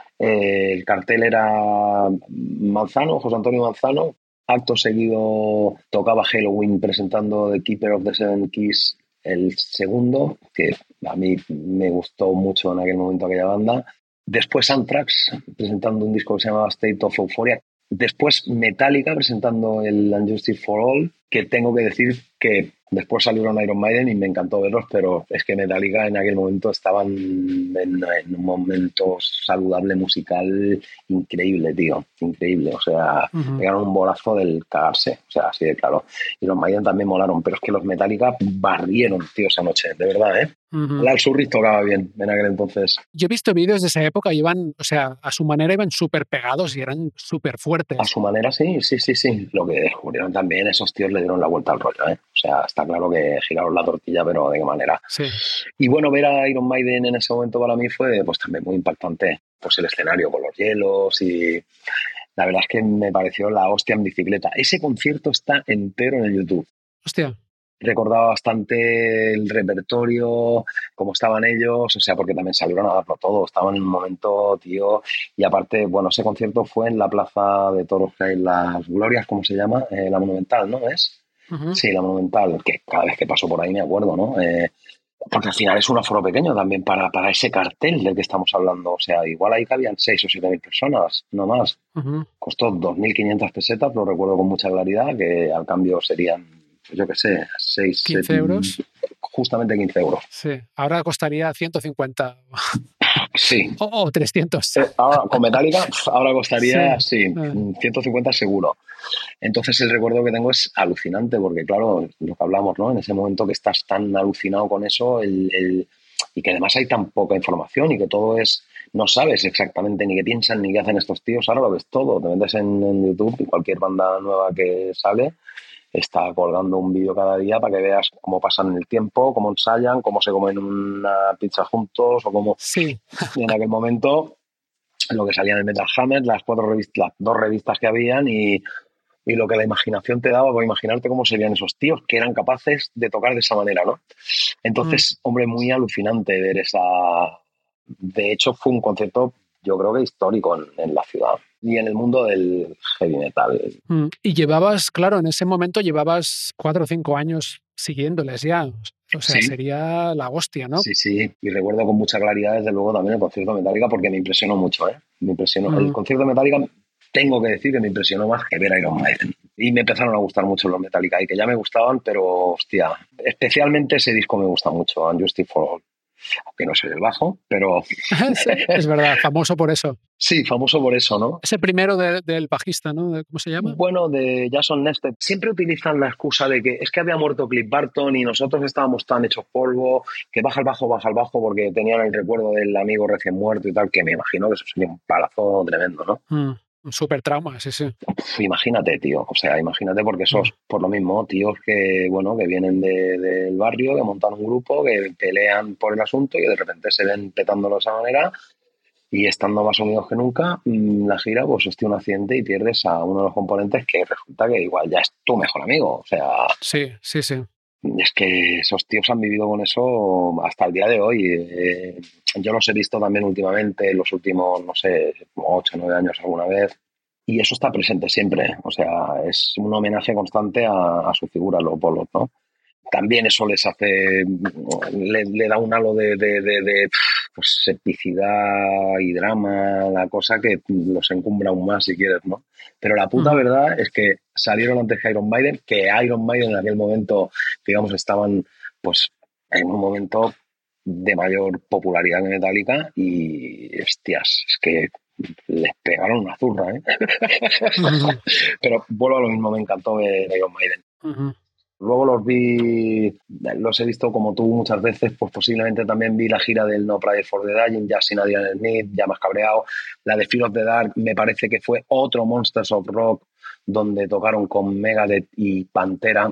eh, el cartel era Manzano, José Antonio Manzano, acto seguido tocaba Halloween presentando The Keeper of the Seven Keys, el segundo, que a mí me gustó mucho en aquel momento aquella banda. Después Anthrax presentando un disco que se llamaba State of Euphoria. Después Metallica presentando el Unjustice for All, que tengo que decir que después salieron Iron Maiden y me encantó verlos, pero es que Metallica en aquel momento estaban en, en un momento saludable musical increíble, tío, increíble. O sea, uh-huh. pegaron un bolazo del cagarse, o sea, así de claro. Y los Maiden también molaron, pero es que los Metallica barrieron, tío, esa noche, de verdad, ¿eh? Uh-huh. El Al Surris tocaba bien en aquel entonces. Yo he visto vídeos de esa época, iban, o sea, a su manera iban súper pegados y eran súper fuertes. A su manera, sí, sí, sí, sí. Lo que descubrieron también, esos tíos le dieron la vuelta al rollo, ¿eh? O sea, está claro que giraron la tortilla, pero de qué manera. Sí. Y bueno, ver a Iron Maiden en ese momento para mí fue pues también muy impactante. Pues el escenario con los hielos y la verdad es que me pareció la hostia en bicicleta. Ese concierto está entero en el YouTube. Hostia. Recordaba bastante el repertorio, cómo estaban ellos, o sea, porque también salieron a darlo todo, estaban en un momento, tío, y aparte, bueno, ese concierto fue en la Plaza de Toros que hay en Las Glorias, ¿cómo se llama? Eh, la Monumental, ¿no? ¿Es? Uh-huh. Sí, la Monumental, que cada vez que paso por ahí me acuerdo, ¿no? Eh, porque al final es un aforo pequeño también para, para ese cartel del que estamos hablando, o sea, igual ahí cabían seis o siete mil personas, no más. Uh-huh. Costó dos mil quinientas pesetas, lo recuerdo con mucha claridad, que al cambio serían, pues yo qué sé, seis... ¿quince siete, euros? Justamente quince euros. Sí, ahora costaría ciento cincuenta. Sí. O, o trescientos. Eh, ahora, con Metallica, ahora costaría, sí, sí uh. ciento cincuenta seguro. Entonces el recuerdo que tengo es alucinante, porque claro, lo que hablamos, ¿no? En ese momento que estás tan alucinado con eso, el, el, y que además hay tan poca información y que todo es, no sabes exactamente ni qué piensan ni qué hacen estos tíos, ahora lo ves todo, te metes en, en YouTube y cualquier banda nueva que sale está colgando un vídeo cada día para que veas cómo pasan el tiempo, cómo ensayan, cómo se comen una pizza juntos o cómo... Sí. Y en aquel momento lo que salía en el Metal Hammer, las cuatro revistas, las dos revistas que habían y, y lo que la imaginación te daba, pues imaginarte cómo serían esos tíos que eran capaces de tocar de esa manera, ¿no? Entonces, mm. hombre, muy alucinante ver esa... De hecho, fue un concierto, yo creo que histórico en, en la ciudad y en el mundo del heavy metal. Mm. Y llevabas, claro, en ese momento llevabas cuatro o cinco años siguiéndoles ya. O sea, sí. Sería la hostia, ¿no? Sí, sí. Y recuerdo con mucha claridad, desde luego, también el concierto de Metallica porque me impresionó mucho, ¿eh? Me impresionó. Mm. El concierto de Metallica, tengo que decir que me impresionó más que ver a Iron Maiden. Y me empezaron a gustar mucho los Metallica y que ya me gustaban, pero, hostia, especialmente ese disco me gusta mucho, Unjustice for All. Aunque no soy del bajo, pero... Sí, es verdad, famoso por eso. Sí, famoso por eso, ¿no? Es el primero de, del bajista, ¿no? ¿Cómo se llama? Bueno, de Jason Newsted. Siempre utilizan la excusa de que es que había muerto Cliff Barton y nosotros estábamos tan hechos polvo, que baja el bajo, baja el bajo, porque tenían el recuerdo del amigo recién muerto y tal, que me imagino que eso sería un palazo tremendo, ¿no? Mm. Un súper trauma, sí, sí. Uf, imagínate, tío. O sea, imagínate porque sos, por lo mismo, tíos que, bueno, que vienen de, del barrio, que montan un grupo, que pelean por el asunto y de repente se ven petándolo de esa manera y estando más unidos que nunca, la gira, pues hostia, un accidente y pierdes a uno de los componentes que resulta que igual ya es tu mejor amigo. O sea... Sí, sí, sí. Es que esos tíos han vivido con eso hasta el día de hoy. Eh, yo los he visto también últimamente, los últimos, no sé, ocho o nueve años alguna vez. Y eso está presente siempre. O sea, es un homenaje constante a, a su figura, los Polos, ¿no? También eso les hace, le, le da un halo de, de, de, de pues, epicidad y drama, la cosa que los encumbra aún más, si quieres, ¿no? Pero la puta uh-huh. verdad es que salieron antes que Iron Maiden, que Iron Maiden en aquel momento, digamos, estaban pues en un momento de mayor popularidad que Metallica y, hostias, es que les pegaron una zurra, ¿eh? Uh-huh. Pero vuelvo a lo mismo, me encantó ver Iron Maiden. Uh-huh. Luego los vi, los he visto como tú muchas veces, pues posiblemente también vi la gira del No Prayer for the Dying, ya sin Adrian Smith, ya más cabreado. La de Fear of the Dark me parece que fue otro Monsters of Rock donde tocaron con Megadeth y Pantera,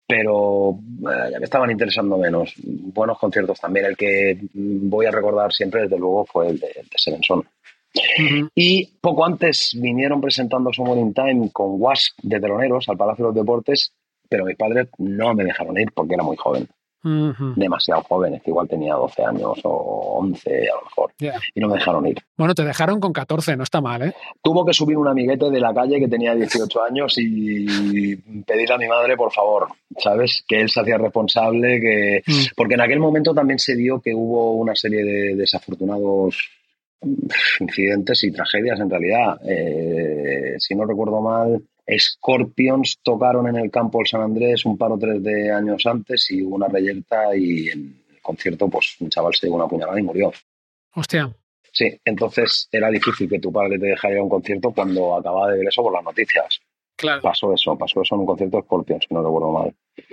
pero eh, ya me estaban interesando menos. Buenos conciertos también. El que voy a recordar siempre, desde luego, fue el de, de Seven Son. Uh-huh. Y poco antes vinieron presentando Somewhere in Time con Wasp de teloneros al Palacio de los Deportes, pero mis padres no me dejaron ir porque era muy joven. Uh-huh. Demasiado jóvenes, que igual tenía doce años o once a lo mejor. Yeah. Y no me dejaron ir. Bueno, te dejaron con catorce, no está mal, ¿eh? Tuvo que subir un amiguete de la calle que tenía dieciocho años y pedirle a mi madre, por favor, ¿sabes? Que él se hacía responsable, que mm. porque en aquel momento también se dio que hubo una serie de desafortunados incidentes y tragedias en realidad. Eh, si no recuerdo mal, Scorpions tocaron en el campo del San Andrés un par o tres de años antes y hubo una reyerta y en el concierto pues un chaval se dio una puñalada y murió. Hostia. Sí, entonces era difícil que tu padre te dejara ir a un concierto cuando acababa de ver eso por las noticias. Claro. Pasó eso, pasó eso en un concierto de Scorpions, si no recuerdo mal.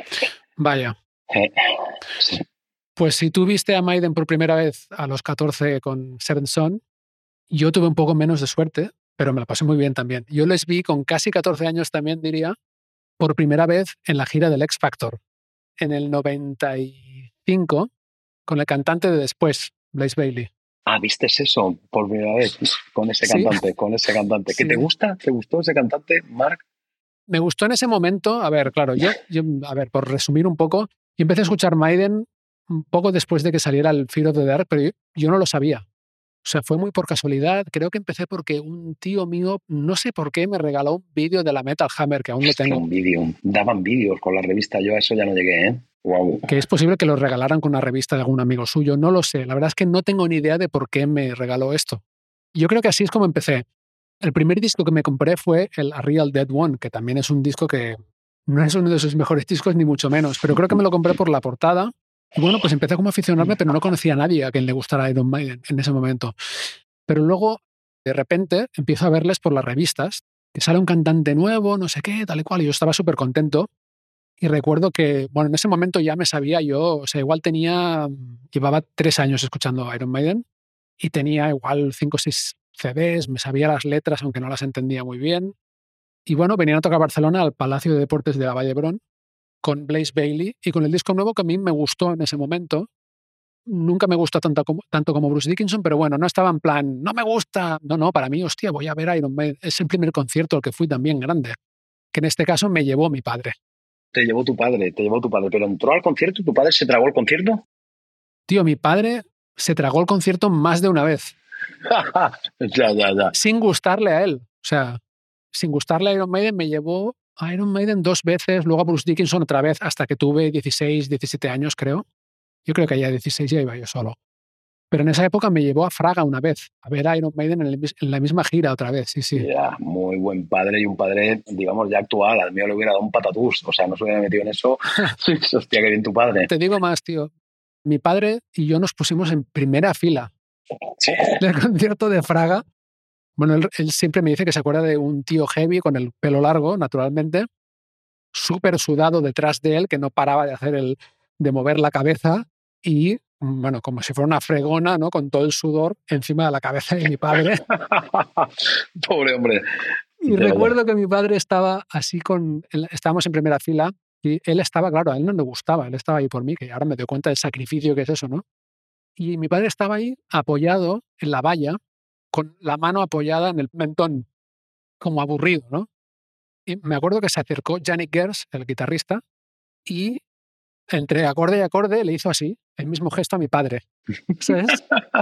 Vaya. Eh, sí. Pues si tú viste a Maiden por primera vez a los catorce con Seventh Son, yo tuve un poco menos de suerte, pero me la pasé muy bien también. Yo les vi con casi catorce años también, diría, por primera vez en la gira del X Factor, en el noventa y cinco, con el cantante de después, Blaze Bayley. Ah, ¿viste eso por primera vez con ese ¿Sí? cantante, con ese cantante? ¿Qué Sí. te gusta? ¿Te gustó ese cantante, Marc? Me gustó en ese momento, a ver, claro, yo, yo, a ver, por resumir un poco, yo empecé a escuchar Maiden un poco después de que saliera el Fear of the Dark, pero yo, yo no lo sabía. O sea, fue muy por casualidad. Creo que empecé porque un tío mío, no sé por qué, me regaló un vídeo de la Metal Hammer, que aún lo tengo. Un vídeo. Daban vídeos con la revista. Yo a eso ya no llegué, ¿eh? Wow. Que es posible que lo regalaran con una revista de algún amigo suyo. No lo sé. La verdad es que no tengo ni idea de por qué me regaló esto. Yo creo que así es como empecé. El primer disco que me compré fue el A Real Dead One, que también es un disco que no es uno de sus mejores discos, ni mucho menos. Pero creo que me lo compré por la portada. Y bueno, pues empecé como a aficionarme, pero no conocía a nadie a quien le gustara Iron Maiden en ese momento. Pero luego, de repente, empiezo a verles por las revistas, que sale un cantante nuevo, no sé qué, tal y cual, y yo estaba súper contento. Y recuerdo que, bueno, en ese momento ya me sabía yo, o sea, igual tenía, llevaba tres años escuchando Iron Maiden, y tenía igual cinco o seis C Ds, me sabía las letras, aunque no las entendía muy bien. Y bueno, venían a tocar a Barcelona, al Palacio de Deportes de la Vall d'Hebron, con Blaze Bayley, y con el disco nuevo que a mí me gustó en ese momento. Nunca me gustó tanto como, tanto como Bruce Dickinson, pero bueno, no estaba en plan, no me gusta. No, no, para mí, hostia, voy a ver a Iron Maiden. Es el primer concierto al que fui también grande, que en este caso me llevó mi padre. Te llevó tu padre, te llevó tu padre, pero entró al concierto, ¿tu padre se tragó el concierto? Tío, mi padre se tragó el concierto más de una vez. ya, ya, ya. Sin gustarle a él. O sea, sin gustarle a Iron Maiden, me llevó a Iron Maiden dos veces, luego a Bruce Dickinson otra vez, hasta que tuve dieciséis, diecisiete años, creo. Yo creo que ya dieciséis ya iba yo solo. Pero en esa época me llevó a Fraga una vez, a ver a Iron Maiden en, el, en la misma gira otra vez, sí, sí. Ya, muy buen padre y un padre, digamos, ya actual. Al mío le hubiera dado un patatús, o sea, no se hubiera metido en eso. Sí, hostia, qué bien tu padre. Te digo más, tío. Mi padre y yo nos pusimos en primera fila sí. del concierto de Fraga. Bueno, él, él siempre me dice que se acuerda de un tío heavy con el pelo largo, naturalmente, súper sudado detrás de él, que no paraba de hacer el, de mover la cabeza y, bueno, como si fuera una fregona, ¿no? Con todo el sudor encima de la cabeza de mi padre. Pobre hombre. Y ya, recuerdo ya. que mi padre estaba así con... Estábamos en primera fila y él estaba, claro, a él no le gustaba, él estaba ahí por mí, que ahora me doy cuenta del sacrificio que es eso, ¿no? Y mi padre estaba ahí apoyado en la valla, con la mano apoyada en el mentón, como aburrido, ¿no? Y me acuerdo que se acercó Yannick Gers, el guitarrista, y entre acorde y acorde le hizo así, el mismo gesto a mi padre, ¿sabes?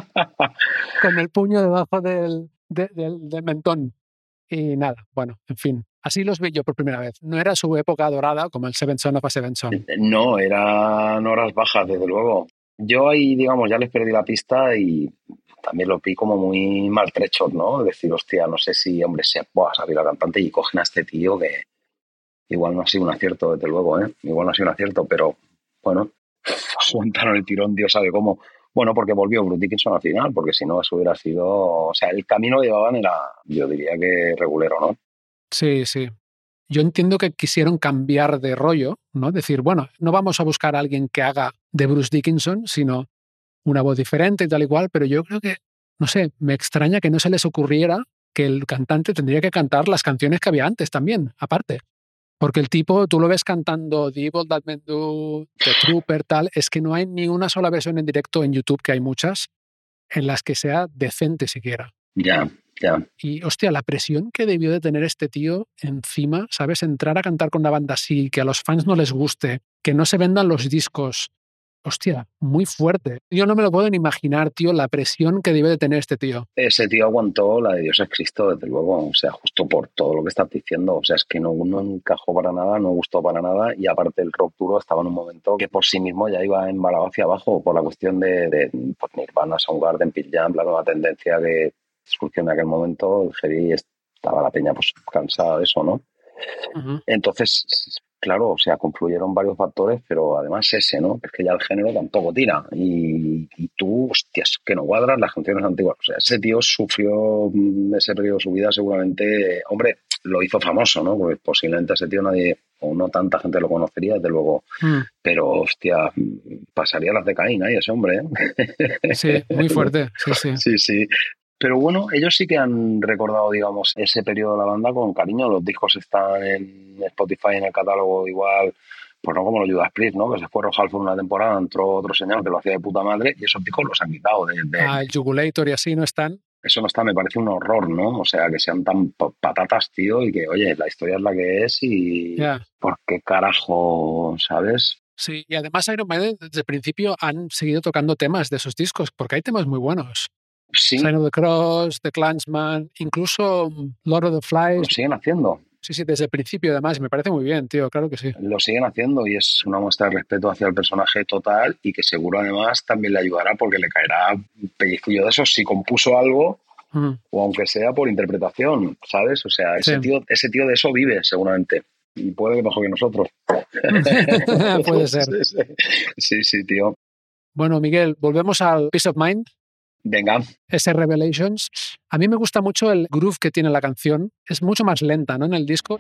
Con el puño debajo del, de, del, del mentón. Y nada, bueno, en fin, así los vi yo por primera vez. No era su época dorada como el Seven Son of a Seven Son. No, eran horas bajas, desde luego. Yo ahí, digamos, ya les perdí la pista y también lo vi como muy maltrechos, ¿no? Decir, hostia, no sé si, hombre, se va a salir la cantante y cogen a este tío que igual no ha sido un acierto, desde luego, ¿eh? Igual no ha sido un acierto, pero bueno, aguantaron el tirón, Dios sabe cómo. Bueno, porque volvió Bruce Dickinson al final, porque si no, eso hubiera sido... O sea, el camino que llevaban era, yo diría que regulero, ¿no? Sí, sí. Yo entiendo que quisieron cambiar de rollo, ¿no? Decir, bueno, no vamos a buscar a alguien que haga de Bruce Dickinson, sino una voz diferente y tal y cual, pero yo creo que, no sé, me extraña que no se les ocurriera que el cantante tendría que cantar las canciones que había antes también, aparte. Porque el tipo, tú lo ves cantando The Evil That Men Do, The Trooper, tal, es que no hay ni una sola versión en directo en YouTube, que hay muchas, en las que sea decente siquiera. Ya, ya. Y, hostia, la presión que debió de tener este tío encima, ¿sabes? Entrar a cantar con una banda así, que a los fans no les guste, que no se vendan los discos, hostia, muy fuerte. Yo no me lo puedo ni imaginar, tío, la presión que debe de tener este tío. Ese tío aguantó la de Dios es Cristo, desde luego, o sea, justo por todo lo que estás diciendo, o sea, es que no, no encajó para nada, no gustó para nada, y aparte el rock duro estaba en un momento que por sí mismo ya iba embalado hacia abajo por la cuestión de, de pues, Nirvana, Soundgarden, Pearl Jam, la nueva tendencia que surgió en aquel momento, el heavy, estaba la peña pues cansada de eso, ¿no? Uh-huh. Entonces, claro, o sea, confluyeron varios factores, pero además ese, ¿no? Es que ya el género tampoco tira. Y, y tú, hostias, que no cuadras las canciones antiguas. O sea, ese tío sufrió ese periodo de su vida seguramente, hombre, lo hizo famoso, ¿no? Porque posiblemente ese tío nadie, o no tanta gente lo conocería, desde luego. Mm. Pero, hostia, pasaría las de Caín ahí ese hombre, ¿eh? Sí, muy fuerte, sí, sí. Sí, sí. Pero bueno, ellos sí que han recordado, digamos, ese periodo de la banda con cariño. Los discos están en Spotify, en el catálogo igual, pues no como los Judas Priest, ¿no? Que se fue Rojal por una temporada, entró otro señor que lo hacía de puta madre y esos discos los han quitado. De, de... Ah, el Jugulator y así no están. Eso no está, me parece un horror, ¿no? O sea, que sean tan patatas, tío, y que, oye, la historia es la que es y... Yeah. ¿Por qué carajo, sabes? Sí, y además Iron Maiden desde el principio han seguido tocando temas de esos discos, porque hay temas muy buenos. Sí. Sign of the Cross, The Clansman, incluso Lord of the Flies. Lo siguen haciendo. Sí, sí, desde el principio además, me parece muy bien, tío, claro que sí. Lo siguen haciendo y es una muestra de respeto hacia el personaje total y que seguro además también le ayudará porque le caerá un pellizquillo de esos si compuso algo mm. o aunque sea por interpretación, ¿sabes? O sea, ese, sí. tío, ese tío de eso vive seguramente y puede que mejor que nosotros. Puede ser. Sí, sí. sí, sí, tío. Bueno, Miguel, volvemos al Peace of Mind. Venga. Ese Revelations. A mí me gusta mucho el groove que tiene la canción. Es mucho más lenta, ¿no? En el disco.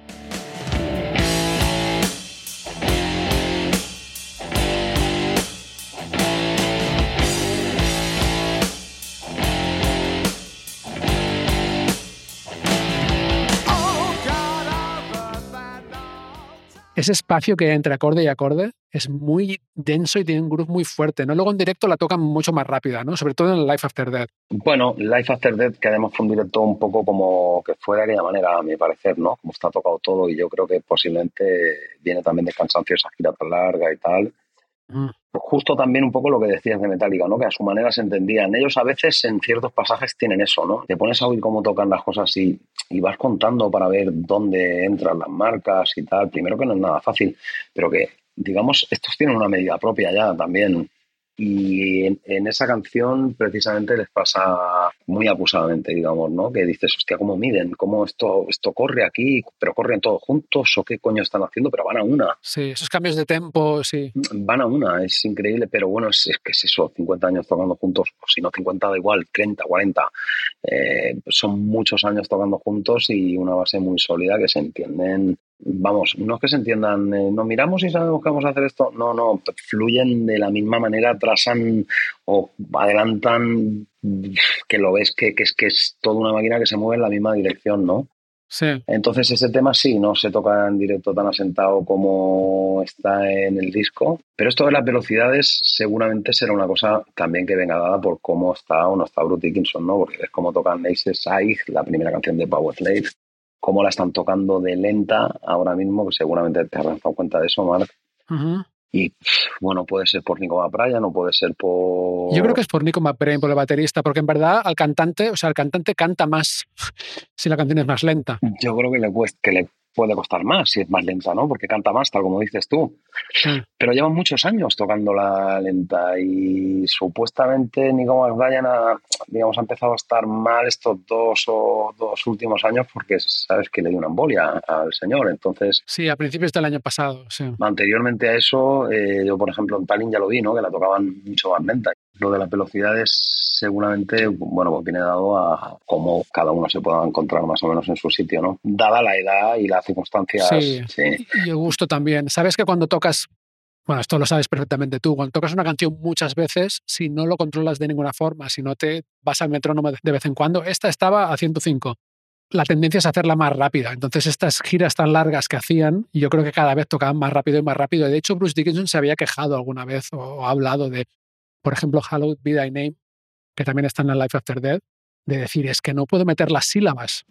Ese espacio que hay entre acorde y acorde es muy denso y tiene un groove muy fuerte, ¿no? Luego en directo la tocan mucho más rápida, ¿no? Sobre todo en el Life After Death. Bueno, Life After Death, que además fue un directo un poco como que fue de aquella manera, a mi parecer, ¿no? Como está tocado todo y yo creo que posiblemente viene también de cansancio esa gira tan larga y tal. Mm. Justo también un poco lo que decías de Metallica, ¿no? Que a su manera se entendían. Ellos a veces en ciertos pasajes tienen eso, ¿no? Te pones a oír cómo tocan las cosas y, y vas contando para ver dónde entran las marcas y tal. Primero que no es nada fácil, pero que, digamos, estos tienen una medida propia ya también. Y en, en esa canción precisamente les pasa muy acusadamente, digamos, ¿no? Que dices, hostia, ¿cómo miden? ¿Cómo esto, esto corre aquí? ¿Pero corren todos juntos? ¿O qué coño están haciendo? Pero van a una. Sí, esos cambios de tempo, sí. Van a una, es increíble, pero bueno, es, es que es eso, cincuenta años tocando juntos, o si no cincuenta da igual, treinta, cuarenta. Eh, son muchos años tocando juntos y una base muy sólida que se entienden. Vamos, no es que se entiendan, eh, nos miramos y sabemos que vamos a hacer esto, no, no, fluyen de la misma manera, trazan o adelantan, que lo ves que, que, es, que es toda una máquina que se mueve en la misma dirección, ¿no? Sí. Entonces ese tema sí, no se toca en directo tan asentado como está en el disco, pero esto de las velocidades seguramente será una cosa también que venga dada por cómo está o no está Bruce Dickinson, ¿no? Porque es como tocan Aces High, la primera canción de Powerslave, cómo la están tocando de lenta ahora mismo, que seguramente te habrás dado cuenta de eso, Marc. Uh-huh. Y, bueno, puede ser por Nico McBride, no puede ser por... Yo creo que es por Nico McBride, por el baterista, porque en verdad al cantante, o sea, el cantante canta más si la canción es más lenta. Yo creo que le, cuesta, que le puede costar más si es más lenta, ¿no? Porque canta más, tal como dices tú. Sí. Pero llevan muchos años tocando la lenta y supuestamente Nico McBride ha, digamos, ha empezado a estar mal estos dos o dos últimos años porque sabes que le dio una embolia al señor, entonces... Sí, a principios del año pasado, sí. Anteriormente a eso, eh, yo por ejemplo en Tallinn ya lo vi, ¿no? Que la tocaban mucho más lenta. Lo de las velocidades seguramente, bueno, pues viene dado a cómo cada uno se pueda encontrar más o menos en su sitio, ¿no? Dada la edad y las circunstancias. Sí, sí. Y el gusto también. Sabes que cuando tocas, bueno, esto lo sabes perfectamente tú, cuando tocas una canción muchas veces, si no lo controlas de ninguna forma, si no te vas al metrónomo de vez en cuando, esta estaba a ciento cinco. La tendencia es hacerla más rápida. Entonces estas giras tan largas que hacían, yo creo que cada vez tocaban más rápido y más rápido. De hecho, Bruce Dickinson se había quejado alguna vez o, o ha hablado de, por ejemplo, Hallowed Be Thy Name, que también está en el Life After Death, de decir, es que no puedo meter las sílabas.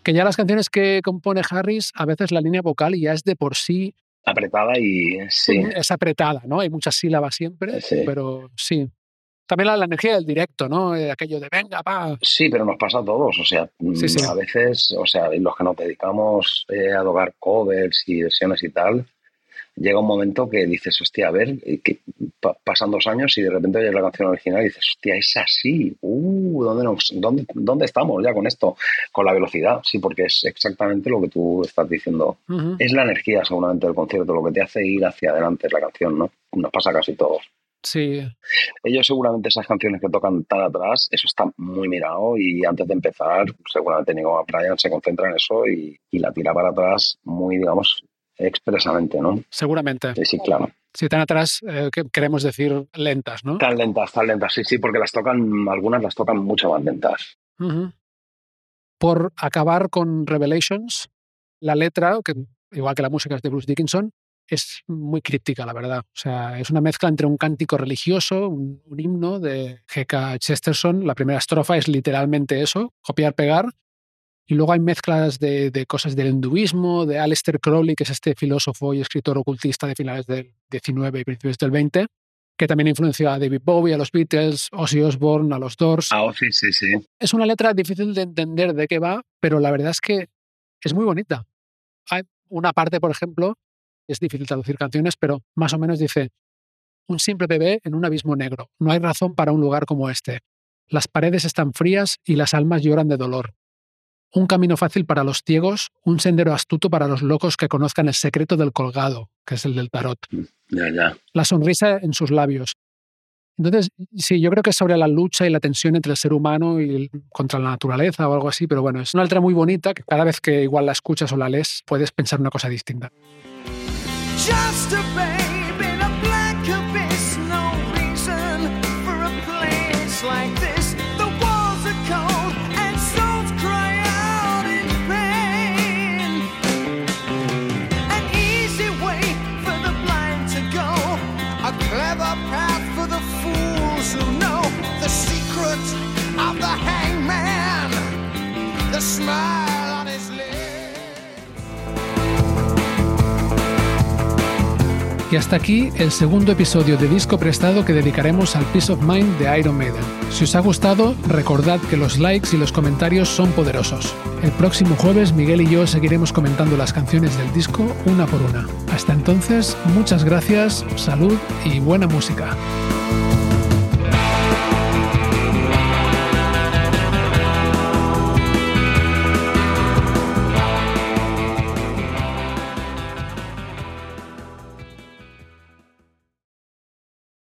Que ya las canciones que compone Harris, a veces la línea vocal ya es de por sí... Apretada y sí. Es apretada, ¿no? Hay muchas sílabas siempre, sí. pero sí. También la, la energía del directo, ¿no? Aquello de venga, pa. Sí, pero nos pasa a todos. O sea, sí, sí. a veces, o sea, los que nos dedicamos eh, a tocar covers y versiones y tal, llega un momento que dices, hostia, a ver, que pa- pasan dos años y de repente oyes la canción original y dices, hostia, es así. Uh, ¿dónde, nos, dónde, ¿dónde estamos ya con esto? Con la velocidad, sí, porque es exactamente lo que tú estás diciendo. Uh-huh. Es la energía seguramente del concierto, lo que te hace ir hacia adelante es la canción, ¿no? Nos pasa a casi todos. Sí. Ellos seguramente esas canciones que tocan tan atrás, eso está muy mirado y antes de empezar seguramente Nico Bryan se concentra en eso y, y la tira para atrás muy, digamos, expresamente, ¿no? Seguramente. Sí, sí, claro. Si tan atrás, eh, que queremos decir lentas, ¿no? Tan lentas, tan lentas, sí, sí, porque las tocan, algunas las tocan mucho más lentas. Uh-huh. Por acabar con Revelations, la letra, que igual que la música es de Bruce Dickinson, es muy críptica, la verdad. O sea, es una mezcla entre un cántico religioso, un, un himno de G K Chesterton. La primera estrofa es literalmente eso, copiar-pegar. Y luego hay mezclas de, de cosas del hinduismo, de Aleister Crowley, que es este filósofo y escritor ocultista de finales del diecinueve y principios del veinte, que también influenció a David Bowie, a los Beatles, Ozzy Osbourne, a los Doors. Ah, Ozzy, sí, sí. Es una letra difícil de entender de qué va, pero la verdad es que es muy bonita. Hay una parte, por ejemplo, es difícil traducir canciones, pero más o menos dice: un simple bebé en un abismo negro. No hay razón para un lugar como este. Las paredes están frías y las almas lloran de dolor. Un camino fácil para los ciegos, un sendero astuto para los locos que conozcan el secreto del colgado, que es el del tarot. Ya, ya. La sonrisa en sus labios. Entonces, sí, yo creo que es sobre la lucha y la tensión entre el ser humano y el, contra la naturaleza o algo así, pero bueno, es una letra muy bonita que cada vez que igual la escuchas o la lees puedes pensar una cosa distinta. Just a babe in a black abyss, no reason for a place like this. The walls are cold and souls cry out in pain. An easy way for the blind to go, a clever path for the fools who know the secret of the hangman, the smile on his lips. Y hasta aquí el segundo episodio de Disco Prestado que dedicaremos al Peace of Mind de Iron Maiden. Si os ha gustado, recordad que los likes y los comentarios son poderosos. El próximo jueves Miguel y yo seguiremos comentando las canciones del disco una por una. Hasta entonces, muchas gracias, salud y buena música.